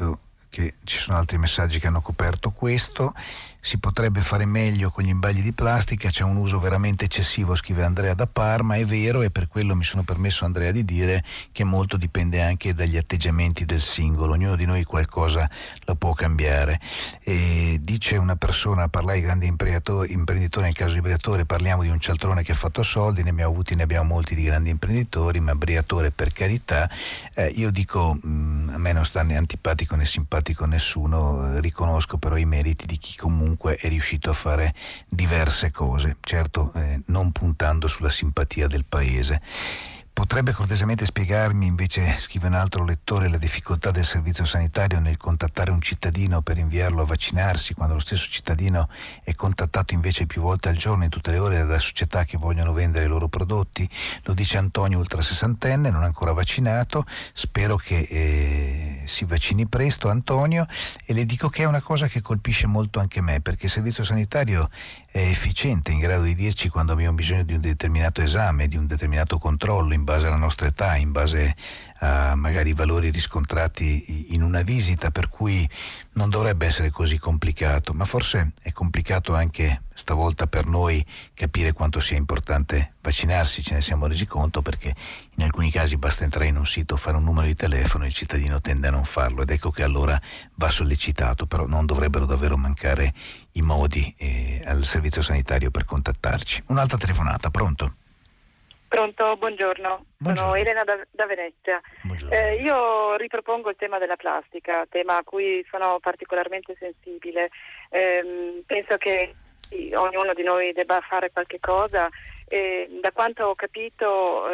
che ci sono altri messaggi che hanno coperto questo. Si potrebbe fare meglio con gli imbagli di plastica, c'è un uso veramente eccessivo, scrive Andrea da Parma. È vero, e per quello mi sono permesso, Andrea, di dire che molto dipende anche dagli atteggiamenti del singolo, ognuno di noi qualcosa lo può cambiare. E dice una persona, parlare di grandi imprenditori, nel caso di Briatore parliamo di un cialtrone che ha fatto soldi, ne abbiamo molti di grandi imprenditori, ma Briatore, per carità, io dico, a me non sta né antipatico né simpatico nessuno, riconosco però i meriti di chi comunque è riuscito a fare diverse cose, certo non puntando sulla simpatia del paese. Potrebbe cortesemente spiegarmi, invece scrive un altro lettore, la difficoltà del servizio sanitario nel contattare un cittadino per inviarlo a vaccinarsi, quando lo stesso cittadino è contattato invece più volte al giorno in tutte le ore da società che vogliono vendere i loro prodotti? Lo dice Antonio, ultra sessantenne, non ancora vaccinato. Spero che si vaccini presto, Antonio, e le dico che è una cosa che colpisce molto anche me, perché il servizio sanitario è efficiente, in grado di dirci quando abbiamo bisogno di un determinato esame, di un determinato controllo, in base alla nostra età, in base a magari i valori riscontrati in una visita, per cui non dovrebbe essere così complicato, ma forse è complicato anche stavolta per noi capire quanto sia importante vaccinarsi. Ce ne siamo resi conto perché in alcuni casi basta entrare in un sito, fare un numero di telefono e il cittadino tende a non farlo, ed ecco che allora va sollecitato. Però non dovrebbero davvero mancare i modi al servizio sanitario per contattarci. Un'altra telefonata, pronto? Pronto, buongiorno. Sono Elena da Venezia. Io ripropongo il tema della plastica, tema a cui sono particolarmente sensibile. Penso che ognuno di noi debba fare qualche cosa. Da quanto ho capito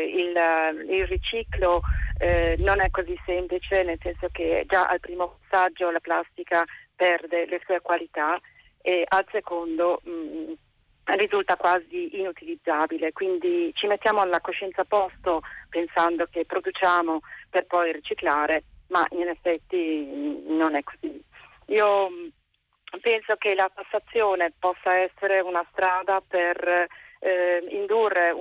il riciclo non è così semplice, nel senso che già al primo passaggio la plastica perde le sue qualità e al secondo risulta quasi inutilizzabile, quindi ci mettiamo alla coscienza a posto pensando che produciamo per poi riciclare, ma in effetti non è così. Io penso che la tassazione possa essere una strada per indurre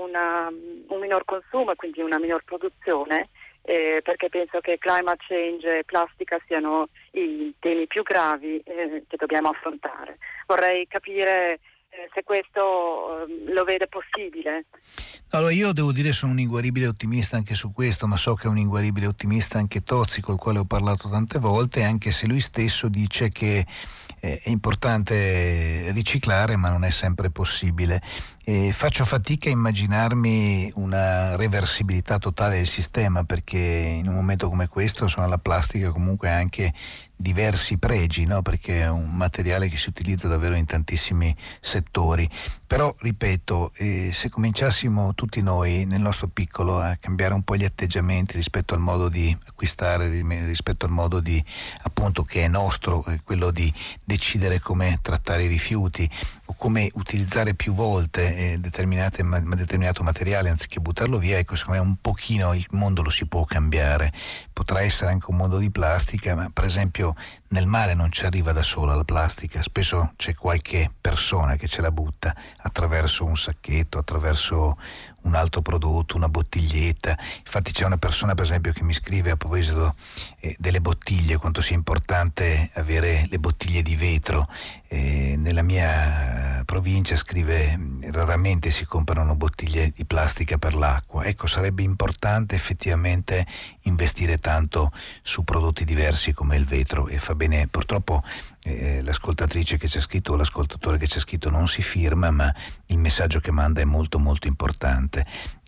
un minor consumo e quindi una minor produzione, perché penso che climate change e plastica siano i temi più gravi che dobbiamo affrontare. Vorrei capire se questo lo vede possibile. Allora, io devo dire sono un inguaribile ottimista anche su questo, ma so che è un inguaribile ottimista anche Tozzi, col quale ho parlato tante volte, anche se lui stesso dice che è importante riciclare, ma non è sempre possibile. Faccio fatica a immaginarmi una reversibilità totale del sistema, perché in un momento come questo, la plastica comunque ha anche diversi pregi, no? Perché è un materiale che si utilizza davvero in tantissimi settori. Però, ripeto, se cominciassimo tutti noi nel nostro piccolo a cambiare un po' gli atteggiamenti rispetto al modo di acquistare, rispetto al modo di, appunto, che è nostro, quello di decidere come trattare i rifiuti o come utilizzare più volte determinato materiale anziché buttarlo via, ecco, secondo me un pochino il mondo lo si può cambiare. Potrà essere anche un mondo di plastica, ma per esempio nel mare non ci arriva da sola la plastica, spesso c'è qualche persona che ce la butta attraverso un sacchetto, attraverso un altro prodotto, una bottiglietta. Infatti c'è una persona, per esempio, che mi scrive a proposito delle bottiglie, quanto sia importante avere le bottiglie di vetro. Nella mia provincia, scrive, raramente si comprano bottiglie di plastica per l'acqua. Ecco, sarebbe importante effettivamente investire tanto su prodotti diversi come il vetro, e fa bene. Purtroppo l'ascoltatrice che c'è scritto o l'ascoltatore che c'è scritto non si firma, ma il messaggio che manda è molto molto importante.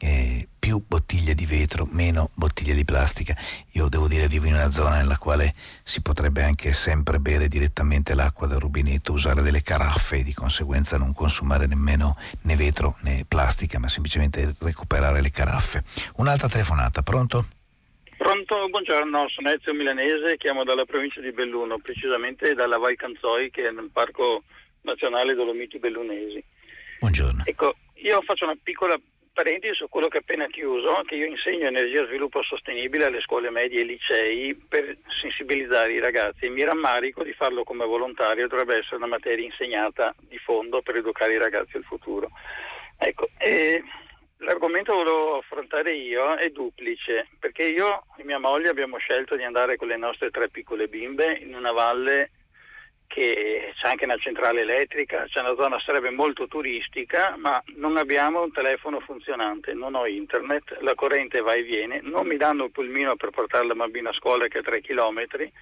Più bottiglie di vetro, meno bottiglie di plastica. Io devo dire, vivo in una zona nella quale si potrebbe anche sempre bere direttamente l'acqua dal rubinetto, usare delle caraffe e di conseguenza non consumare nemmeno né vetro né plastica, ma semplicemente recuperare le caraffe. Un'altra telefonata, pronto? Pronto, buongiorno, sono Ezio Milanese, chiamo dalla provincia di Belluno, precisamente dalla Val Canzoi, che è nel Parco Nazionale Dolomiti Bellunesi. Buongiorno. Ecco, io faccio una piccola parentesi su quello che ho appena chiuso, che io insegno energia e sviluppo sostenibile alle scuole medie e licei per sensibilizzare i ragazzi, e mi rammarico di farlo come volontario, dovrebbe essere una materia insegnata di fondo per educare i ragazzi al futuro. Ecco, L'argomento che volevo affrontare io è duplice, perché io e mia moglie abbiamo scelto di andare con le nostre 3 piccole bimbe in una valle che c'è anche una centrale elettrica, c'è una zona sarebbe molto turistica, ma non abbiamo un telefono funzionante, non ho internet, la corrente va e viene, non mi danno il pulmino per portare la bambina a scuola che è 3 chilometri,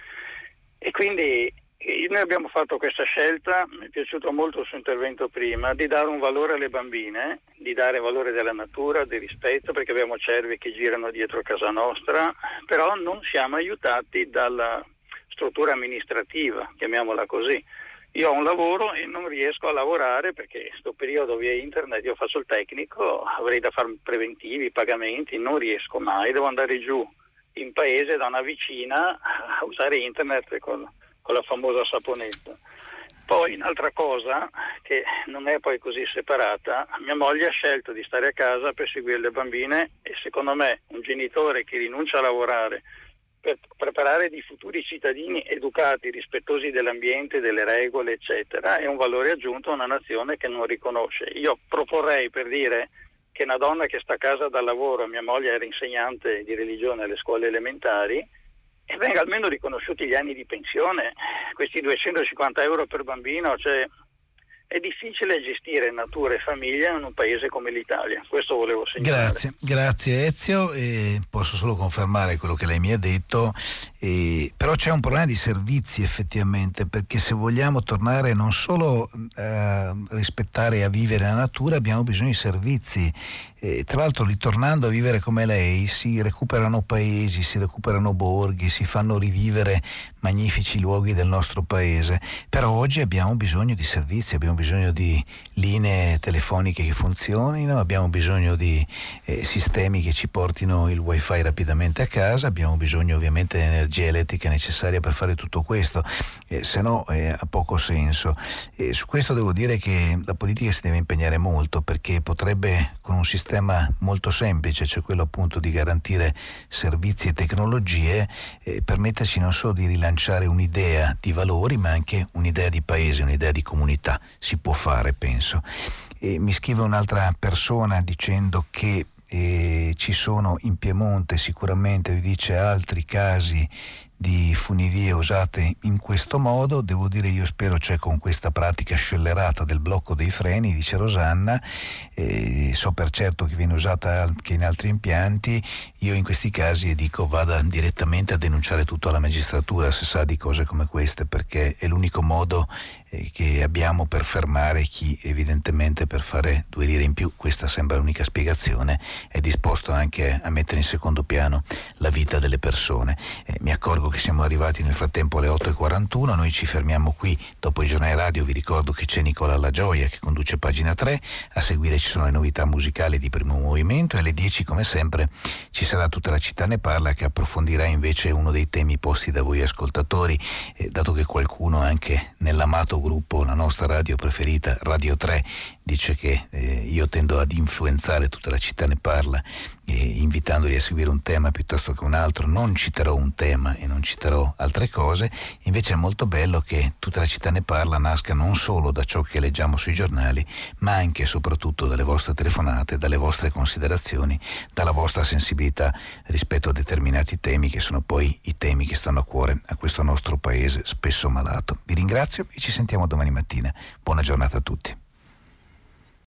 e quindi noi abbiamo fatto questa scelta, mi è piaciuto molto il suo intervento prima, di dare un valore alle bambine, di dare valore della natura, di rispetto, perché abbiamo cervi che girano dietro casa nostra, però non siamo aiutati dalla struttura amministrativa, chiamiamola così. Io ho un lavoro e non riesco a lavorare perché in questo periodo via internet, io faccio il tecnico, avrei da fare preventivi, pagamenti, non riesco mai, devo andare giù in paese da una vicina a usare internet con la famosa saponetta. Poi un'altra cosa che non è poi così separata, mia moglie ha scelto di stare a casa per seguire le bambine, e secondo me un genitore che rinuncia a lavorare per preparare dei futuri cittadini educati, rispettosi dell'ambiente, delle regole, eccetera, è un valore aggiunto a una nazione che non riconosce. Io proporrei, per dire, che una donna che sta a casa dal lavoro, mia moglie era insegnante di religione alle scuole elementari, e venga almeno riconosciuti gli anni di pensione, questi 250 euro per bambino, cioè è difficile gestire natura e famiglia in un paese come l'Italia, questo volevo segnalare. Grazie Ezio, posso solo confermare quello che lei mi ha detto, però c'è un problema di servizi effettivamente, perché se vogliamo tornare non solo a rispettare e a vivere la natura, abbiamo bisogno di servizi. Tra l'altro, ritornando a vivere come lei, si recuperano paesi, si recuperano borghi, si fanno rivivere magnifici luoghi del nostro paese, però oggi abbiamo bisogno di servizi, abbiamo bisogno di linee telefoniche che funzionino, abbiamo bisogno di sistemi che ci portino il wifi rapidamente a casa, abbiamo bisogno ovviamente di energia elettrica necessaria per fare tutto questo, se no ha poco senso. Su questo devo dire che la politica si deve impegnare molto, perché potrebbe, con un sistema molto semplice, cioè quello appunto di garantire servizi e tecnologie, permetterci non solo di rilanciare un'idea di valori, ma anche un'idea di paese, un'idea di comunità. Si può fare, penso. Mi scrive un'altra persona dicendo che ci sono in Piemonte sicuramente, dice, altri casi di funivie usate in questo modo. Devo dire, io spero, cioè, con questa pratica scellerata del blocco dei freni, dice Rosanna, so per certo che viene usata anche in altri impianti. Io in questi casi dico vada direttamente a denunciare tutto alla magistratura se sa di cose come queste, perché è l'unico modo che abbiamo per fermare chi evidentemente, per fare 2 lire in più, questa sembra l'unica spiegazione, è disposto anche a mettere in secondo piano la vita delle persone. Mi accorgo che siamo arrivati nel frattempo alle 8:41, noi ci fermiamo qui. Dopo i giornali radio vi ricordo che c'è Nicola La Gioia che conduce Pagina 3, a seguire ci sono le novità musicali di Primo Movimento, e alle 10 come sempre ci sarà Tutta la città ne parla, che approfondirà invece uno dei temi posti da voi ascoltatori, dato che qualcuno anche nell'amato gruppo, la nostra radio preferita, Radio 3, dice che io tendo ad influenzare Tutta la città ne parla, invitandoli a seguire un tema piuttosto che un altro. Non citerò un tema e non citerò altre cose, invece è molto bello che Tutta la città ne parla nasca non solo da ciò che leggiamo sui giornali, ma anche e soprattutto dalle vostre telefonate, dalle vostre considerazioni, dalla vostra sensibilità rispetto a determinati temi, che sono poi i temi che stanno a cuore a questo nostro paese spesso malato. Vi ringrazio e ci sentiamo domani mattina. Buona giornata a tutti.